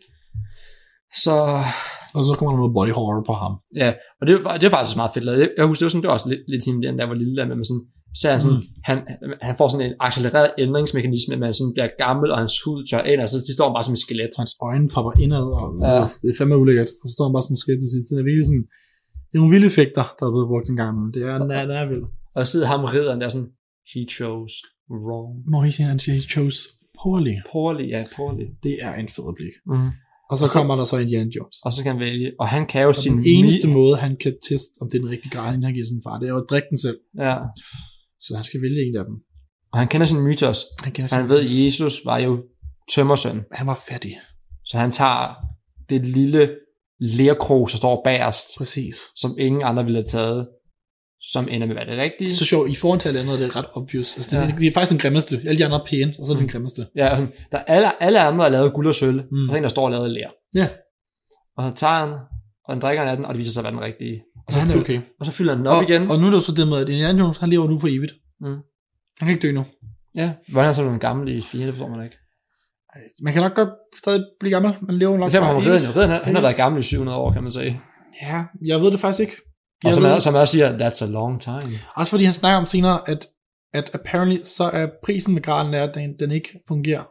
Så... Og så kommer der noget body horror på ham. Ja, og det, det er faktisk meget fedt lavet. Jeg, jeg husker, det var, sådan, det var også lidt, lidt sådan, der var lille der, med sådan, så han, sådan, mm. han, han får sådan en accelereret ændringsmekanisme, at man sådan bliver gammel, og hans hud tør ind, og så står han bare som et skelet. Hans øjne popper indad, og ja. Det er fandme ulækkert. Og så står han bare som et skelet til sidst. Det er virkelig sådan, det er nogle vilde effekter, der er blevet brugt en gang. Det er, det er, det er vildt. Og så sidder ham ridderen der sådan, he chose wrong. Nå, han siger, he chose poorly. Poorly, ja, poorly. Det er en fed blik. Mm. Og så, og så kommer der så Indiana Jones. Og så kan han vælge, og han kan jo og sin... Den eneste mi- måde, han kan teste, om det er den rigtige grad, han giver sin far, det er jo at drikke den selv. Ja. Så han skal vælge en af dem. Og han kender sin mytos. Han, kender sin han ved, at Jesus var jo tømmersøn. Han var fattig. Så han tager det lille lerkrog, der står bagerst. Præcis. Som ingen andre ville have taget, som ender med at være det rigtige. Det er så sjovt, i forhold til alle andre, det er ret obvious. Altså, ja. det, det er faktisk den grimmeste. Alle de andre er pæne, og så er det mm. den grimmeste. Ja, der alle, alle andre er lavet guld og sølv, mm. og så en, der står og lavet ler. Ja. Og så tager han, og den drikker han af den, og det viser sig at være den rigtige. Og så, ja, fyld, okay. og så fylder han den op og, igen. Og nu er det jo så det med, at Indiana Jones, han lever nu for evigt. Mm. Han kan ikke dø nu. Ja, hvordan er så nogle gamle i fire, det forstår man ikke. Man kan nok godt stadig blive gammel, man lever nok for evigt. Redden, redden, han, han har været gammel i syv hundrede år, kan man sige. Ja, jeg ved det faktisk ikke. Jeg og som jeg, som jeg siger, that's a long time. Også fordi han snakker om senere, at, at apparently så er prisen med gralen er, at den, den ikke fungerer.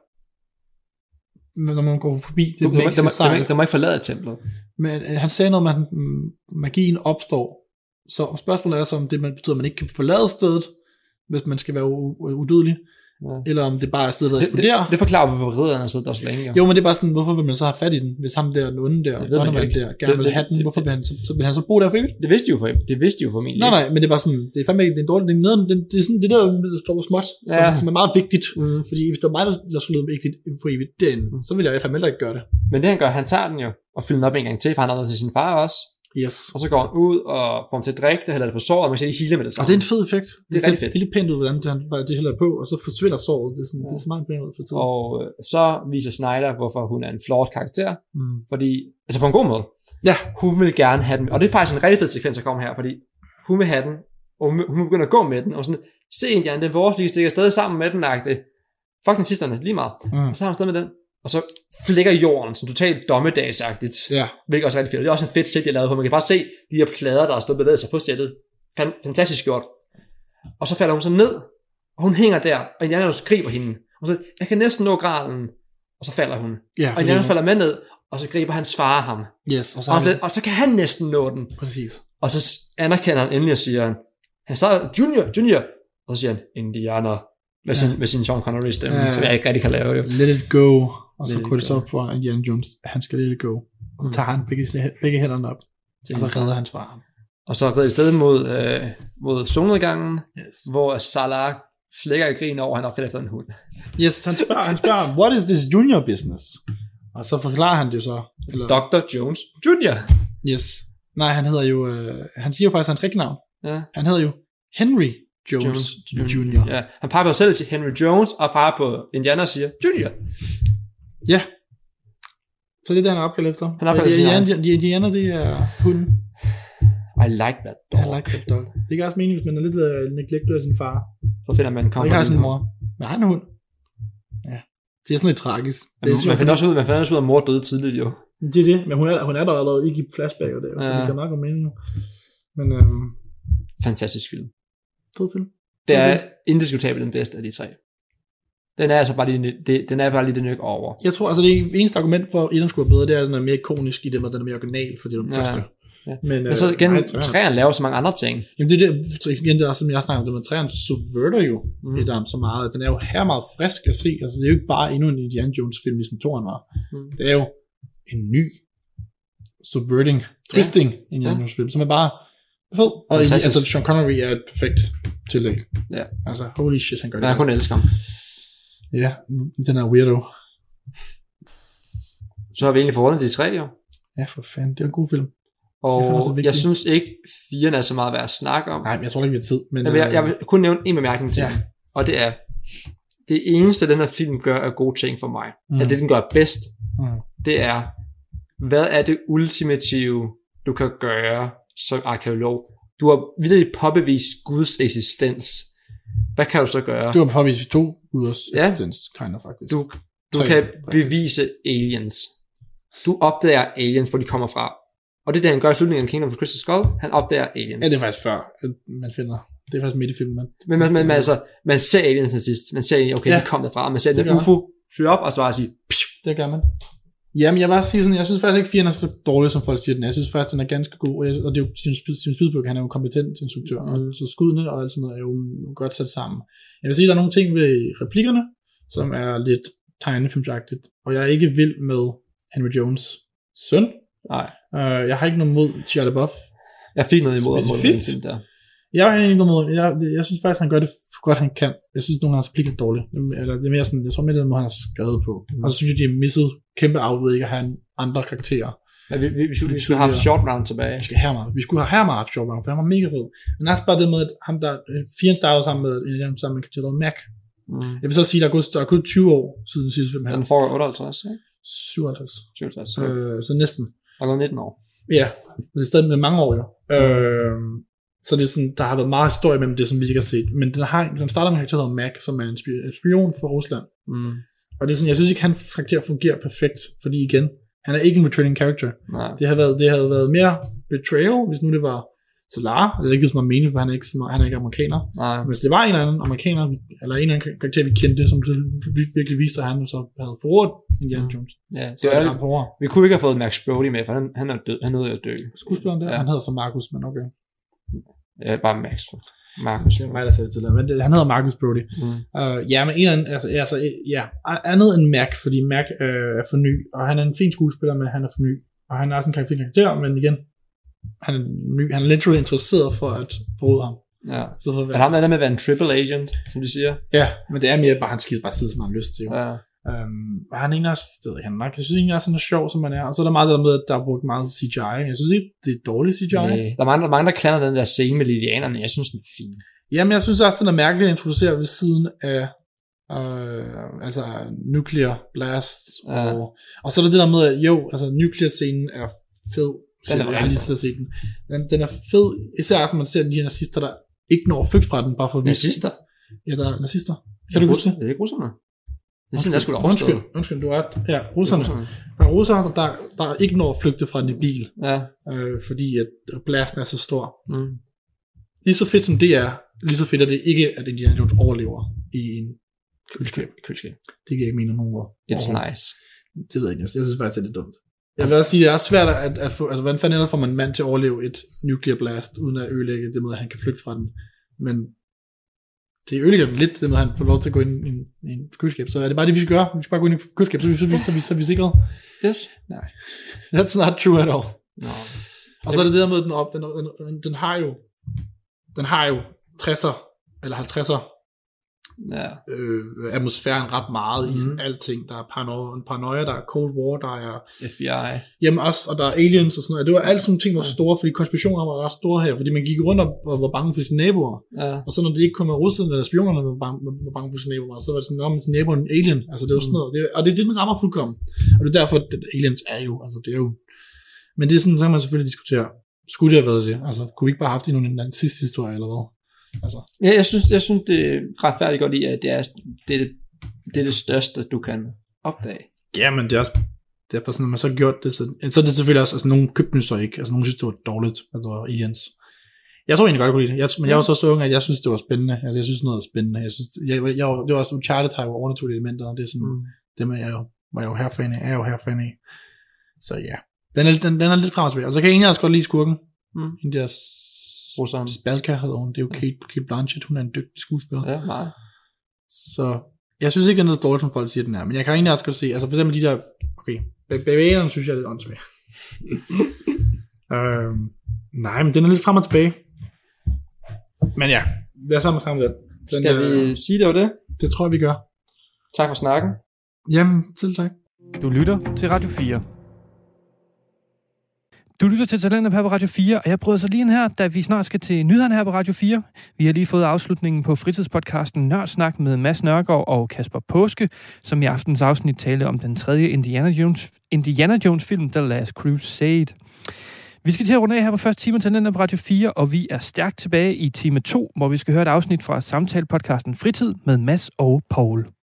Når man går forbi det du, magiske sejl. Der må ikke forlade templet. Men han sagde noget om, at magien opstår. Så spørgsmålet er så, om det betyder, at man ikke kan forlade stedet, hvis man skal være udødelig. Ja. Eller om det bare er stedet, der eksploderer. Det, det, det forklarer, hvorfor ridderne sidder der så længe. Jo. jo, men det er bare sådan, hvorfor vil man så have fat i den, hvis ham der, den onde der, Donovan der, gerne vil have den, hvorfor vil han så, så, vil han så bo der for evigt? Det vidste de jo for det vidste de jo for min. Nej, nej, men det er bare sådan, det er fandme ikke, det er en dårlig, det er, noget, det, det er sådan, det der, der står småt, ja. som, som er meget vigtigt, mm. fordi hvis det var mig, der skulle lede vigtigt for evigt derinde, mm. så ville jeg fandme heller ikke gøre det. Men det han gør, han tager den jo, og fylder den op en gang til, for han har noget til sin far også. Yes. Og så går han ud og får ham til at drikke det, hælder det på såret, og man ser, de healer med det samme. Og det er en fed effekt. Det, det er rigtig fedt. Det er lidt pænt ud, hvordan det, han bare det hælder på, og så forsvinder såret. Det er, sådan, ja. det er så meget pænt ud for tiden. Og øh, så viser Snyder, hvorfor hun er en flawed karakter. Mm. Fordi, altså på en god måde. Ja. Hun vil gerne have den. Og det er faktisk en rigtig fed sekvens, der kommer her, fordi hun vil have den, og hun vil begynde at gå med den, og sådan, se Indian, det er vores, vi stikker stadig sammen med den, agtigt. Fuck den sidsterne, lige meget. Mm. Og så har hun stadig med den. Og så flækker jorden som totalt dommedagsagtigt. Ja. Hvilket også er rigtig fedt. Det er også en fedt sæt, jeg lavede på. Man kan bare se de her plader, der er stået bevæget sig på sættet. Fantastisk gjort. Og så falder hun så ned, og hun hænger der, og Indiana Jones griber hende. Og så, jeg kan næsten nå graden, og så falder hun. Ja, og Indiana Jones falder med ned, og så griber hans far ham. Yes, og, så og, han... og så kan han næsten nå den. Præcis. Og så anerkender han endelig og siger han, han sagde, Junior, Junior. Og så siger han, Indiana, med, ja. sin, med sin Sean Connery stemme, ja. som jeg ikke rigtig kan lave. Jo. Let it go. Og så går det så op for Indiana Jones, at han skal let it go. Og så tager han begge, begge hænderne op. Og så redder han far ham. Og så redder i stedet mod, øh, mod solnedgangen, yes. hvor Salah flækker i grin over, han opkalder efter en hund. Yes, han spørger, han spørger, what is this junior business? Og så forklarer han det jo så. Eller... doktor Jones junior Yes. Nej, han hedder jo, øh, han siger jo faktisk hans rigtige navn. Ja. Han hedder jo Henry Jones, Jones junior Ja, han peger på sig selv til Henry Jones, og peger på Indiana og siger, Junior. Ja. Så det er det, han er opkaldt efter. Han er opkaldt efter. De Indiana, det er hunden. I like that dog. I like that dog. Det kan også mening, hvis man er lidt uh, neglected af sin far. Så Så finder man en Og ikke har sin mor. Men har en hund. Ja. Det er sådan lidt tragisk. Det er man, finder også ud, man finder også ud af, at mor døde tidligt, jo. Det er det, men hun er, hun er der allerede ikke i flashback, og det, ja. Så det kan meget godt mening. Men, øhm, fantastisk film. Fed film. Det er indiskutabelt den bedste af de tre. Den er altså bare lige, det, den er bare lige den ikke over. Jeg tror, altså det eneste argument for, at den skulle være bedre, det er, at den er mere ikonisk i det, at den er mere original, fordi det er den ja. første. Ja. Men, Men så igen, øh, træerne laver så mange andre ting. Jamen det er det, igen det er, som jeg snakker om, det med træerne subverter jo mm. et så meget. Den er jo her meget frisk at se. Altså det er jo ikke bare endnu en Indiana Jones film, ligesom toren var. Mm. Det er jo en ny subverting, twisting ja. Indiana Jones film, som er bare fed. Og altså Sean Connery er et perfekt tillæg. Ja. Altså holy shit, han gør det. Jeg kun elsker ham. Ja, den er weirdo. Så har vi egentlig forundet de tre, jo. Ja, for fanden, det er en god film. Og jeg, jeg synes ikke, firen er så meget værd at snakke om. Nej, men jeg tror ikke, vi har tid. Men, jeg, vil, jeg vil kun nævne en bemærkning til, ja. Og det er, det eneste, den her film gør af gode ting for mig, mm. at det, den gør bedst, mm. det er, hvad er det ultimative, du kan gøre som arkeolog? Du har virkelig påbevist Guds eksistens. Hvad kan du så gøre? Du har påvist to guders ja. eksistens, kind of, faktisk. Du, du Tre, kan faktisk. bevise aliens. Du opdager aliens, hvor de kommer fra. Og det er det, han gør i slutningen af Kingdom of the Crystal Skull. Han opdager aliens. Ja, det er faktisk før, man finder. Det er faktisk midt i filmen. Man, men man, man, man, altså, man ser aliens til sidst. Man ser, okay, ja. de kom derfra. Og man ser den U F O flyve op, og så bare sige, Psh! Det gør man. Jamen, jeg vil bare sige sådan, jeg synes faktisk ikke, firen er så dårlig, som folk siger den. Jeg synes faktisk, den er ganske god. Og, jeg, og det er jo Steven Spielberg, han er jo kompetent instruktør. Mm. Så skuddene og alt sådan noget er jo godt sat sammen. Jeg vil sige, der er nogle ting ved replikkerne, som er lidt tegnefilmsagtigt. Og jeg er ikke vild med Henry Jones' søn. Nej. Uh, jeg har ikke noget mod Shia LaBeouf. Jeg fik noget imod mod den film der. Jeg har ikke noget mod. Jeg, jeg synes faktisk, han gør det godt, han kan. Jeg synes, nogle af hans replikker er dårlige. Eller det er mere sådan, jeg tror mere, det er den måde, han har skrevet på. Mm. Og så synes jeg, de har misset kæmpe afved ikke at have andre karakterer. Ja, vi, vi, vi, skulle, vi skulle have haft Short Round tilbage. Vi, skal have meget. vi skulle have her meget haft Short Round, for han var mega fed. Men også bare det med, at ham der, firen startede sammen med, sammen med karakter, Mac. Mm. Jeg vil så sige, at der er gået, der er gået tyve år siden den sidste film her. Den får otteoghalvtreds, ikke? syvoghalvtreds. syvoghalvtreds. Øh, så næsten. Der er gået nitten år. Ja, men det er stadig med mange år jo. Mm. Øh, så det er sådan, der har været meget historie mellem det, som vi ikke har set. Men den, har, den starter med en karakter, der hedder Mac, som er en spion for Rusland. Mm. Og det er sådan, jeg synes ikke, han karakter fungerer perfekt, fordi igen, han er ikke en returning character. Nej. Det, har været, det havde været mere betrayal, hvis nu det var Solar. Det er ikke så meget mening, for han er ikke, han er ikke amerikaner. Nej. Men hvis det var en eller anden amerikaner, eller en eller anden karakter, vi kendte, som virkelig viste sig, at han så havde forrådt Indiana Jones. Ja, det er det. Vi kunne ikke have fået Max Brody med, for han, han er død. Han nåede at dø. Skuespilleren der, ja. Han hedder så Marcus, men okay. Ja, bare Max. Marcus. Det er mig, der sagde det til dig, men det, han hedder Marcus Brody. Mm. Uh, ja, men en eller anden, altså, altså, ja, andet end Mac, fordi Mac øh, er for ny, og han er en fin skuespiller, men han er for ny. Og han er også en karakter, men igen, han er ny, han er literally interesseret for at forråde ham. Ja. Så for at han er der med at være en triple agent, som de siger. Ja, men det er mere bare, han skider bare sidde, som han har lyst til. Jo. Ja. Um, og han er egentlig også, det ved jeg, han nok, jeg synes egentlig også, han er sjov, som han er. Og så er der meget der med, at der er brugt meget C G I. Jeg synes ikke, det er dårligt C G I. Nej, der er mange, der, mange, der klander den der scene med Lilianerne. Jeg synes, den er fin. Jamen, jeg synes også, den er mærkelig at introducere ved siden af øh, altså nuclear blast. Ja. Og, og så er der det der med, at jo, altså nuclear scenen er fed. Den er jeg har lige set den. den. Den er fed, især når man ser de her nazister, der ikke når at flygte fra den, bare for at vise. Nazister? Ja, der er nazister. Kan du huske det? Det er ikke russerne. Det er sådan, jeg skulle have undskyld, undskyld, du er ja, russerne. Der er russerne, der, der ikke når at flygte fra en bil, ja. øh, fordi at blasten er så stor. Mm. Lige så fedt som det er, lige så fedt er det ikke, at Indiana Jones overlever i en køleskab. køleskab. Det giver ikke mening nogen ord. It's nice. Det ved jeg ikke, jeg synes faktisk, det er dumt. Jeg vil også sige, det er svært at, at få, altså hvordan fanden ellers får man en mand til at overleve et nuclear blast, uden at ødelægge det med, at han kan flygte fra den. Men det ødelægger den lidt, det med, at han får lov til at gå ind i en, i en køleskab. Så er det bare det, vi skal gøre. Vi skal bare gå ind i en køleskab, så er vi, så vi, så vi, så vi sikret. Yes. Nej. That's not true at all. No. Og så er det det der med, den op, den, den, den, den har jo, den har jo tresser, eller halvtredser, ja. øh, atmosfæren ret meget mm-hmm. i sådan alting. Der er paranoia, paranoia, der er Cold War, der er F B I. Jamen også, og der er aliens og sådan noget. Det var alle sådan nogle ting, der var store, fordi konspirationer var ret store her, fordi man gik rundt og var bange for sine naboer. Ja. Og så når det ikke kom med russerne eller spionerne, var bange, var bange for sine naboer, så var det sådan, at sin nabo er en alien. Altså det var sådan noget. Det, og det er det, den rammer fuldkommen. Og det er derfor, at aliens er jo, altså det er jo. Men det er sådan, så kan man selvfølgelig diskutere, skulle det have været det? Altså kunne vi ikke bare have haft det i nogle sidste historie eller hvad? Altså. Ja, jeg synes, jeg synes det er retfærdigt godt i, at det er det, er det, det, er det største, du kan opdage. Ja, men det er også, det er bare sådan, når man så har gjort det, så, så er det selvfølgelig også, altså nogen købte den så ikke, altså nogen synes, det var dårligt, altså Aliens. Jeg tror egentlig godt, jeg kunne lide det, jeg, men jeg var så så ung, at jeg synes, det var spændende, altså jeg synes noget er spændende, jeg synes, jeg, jeg, det var også Uncharted har jo overnaturlige elementer, og det er sådan, mm. dem er jeg jo, var jeg jo herfan af, er jeg jo herfan af. Så ja, den er, den, den er lidt frem og tilbage, og så kan jeg egentlig også godt lide skurken, mm. hende der Spalka hedder hun, det er jo Kate, Kate Blanchett, hun er en dygtig skuespiller. Ja, meget. Så jeg synes ikke, det er noget dårligt, som folk siger, den er, men jeg kan egentlig også godt se, altså for eksempel de der, okay, bevægerne synes jeg er lidt åndssvagt. øhm, nej, men den er lidt frem og tilbage. Men ja, lad os sammen sammen den. den Skal vi øh, sige det var det? Det tror jeg, vi gør. Tak for snakken. Jamen, selv tak. Du lytter til Radio fire. Du lytter til Talentlab her på Radio fire, og jeg prøver så lige ind her, da vi snart skal til nyhederne her på Radio fire. Vi har lige fået afslutningen på fritidspodcasten Nørdsnak med Mads Nørgaard og Kasper Påske, som i aftens afsnit talte om den tredje Indiana Jones, Indiana Jones film, The Last Crusade. Vi skal til at runde af her på første time af Talentlab på Radio fire, og vi er stærkt tilbage i time to, hvor vi skal høre et afsnit fra samtalepodcasten Fritid med Mads og Paul.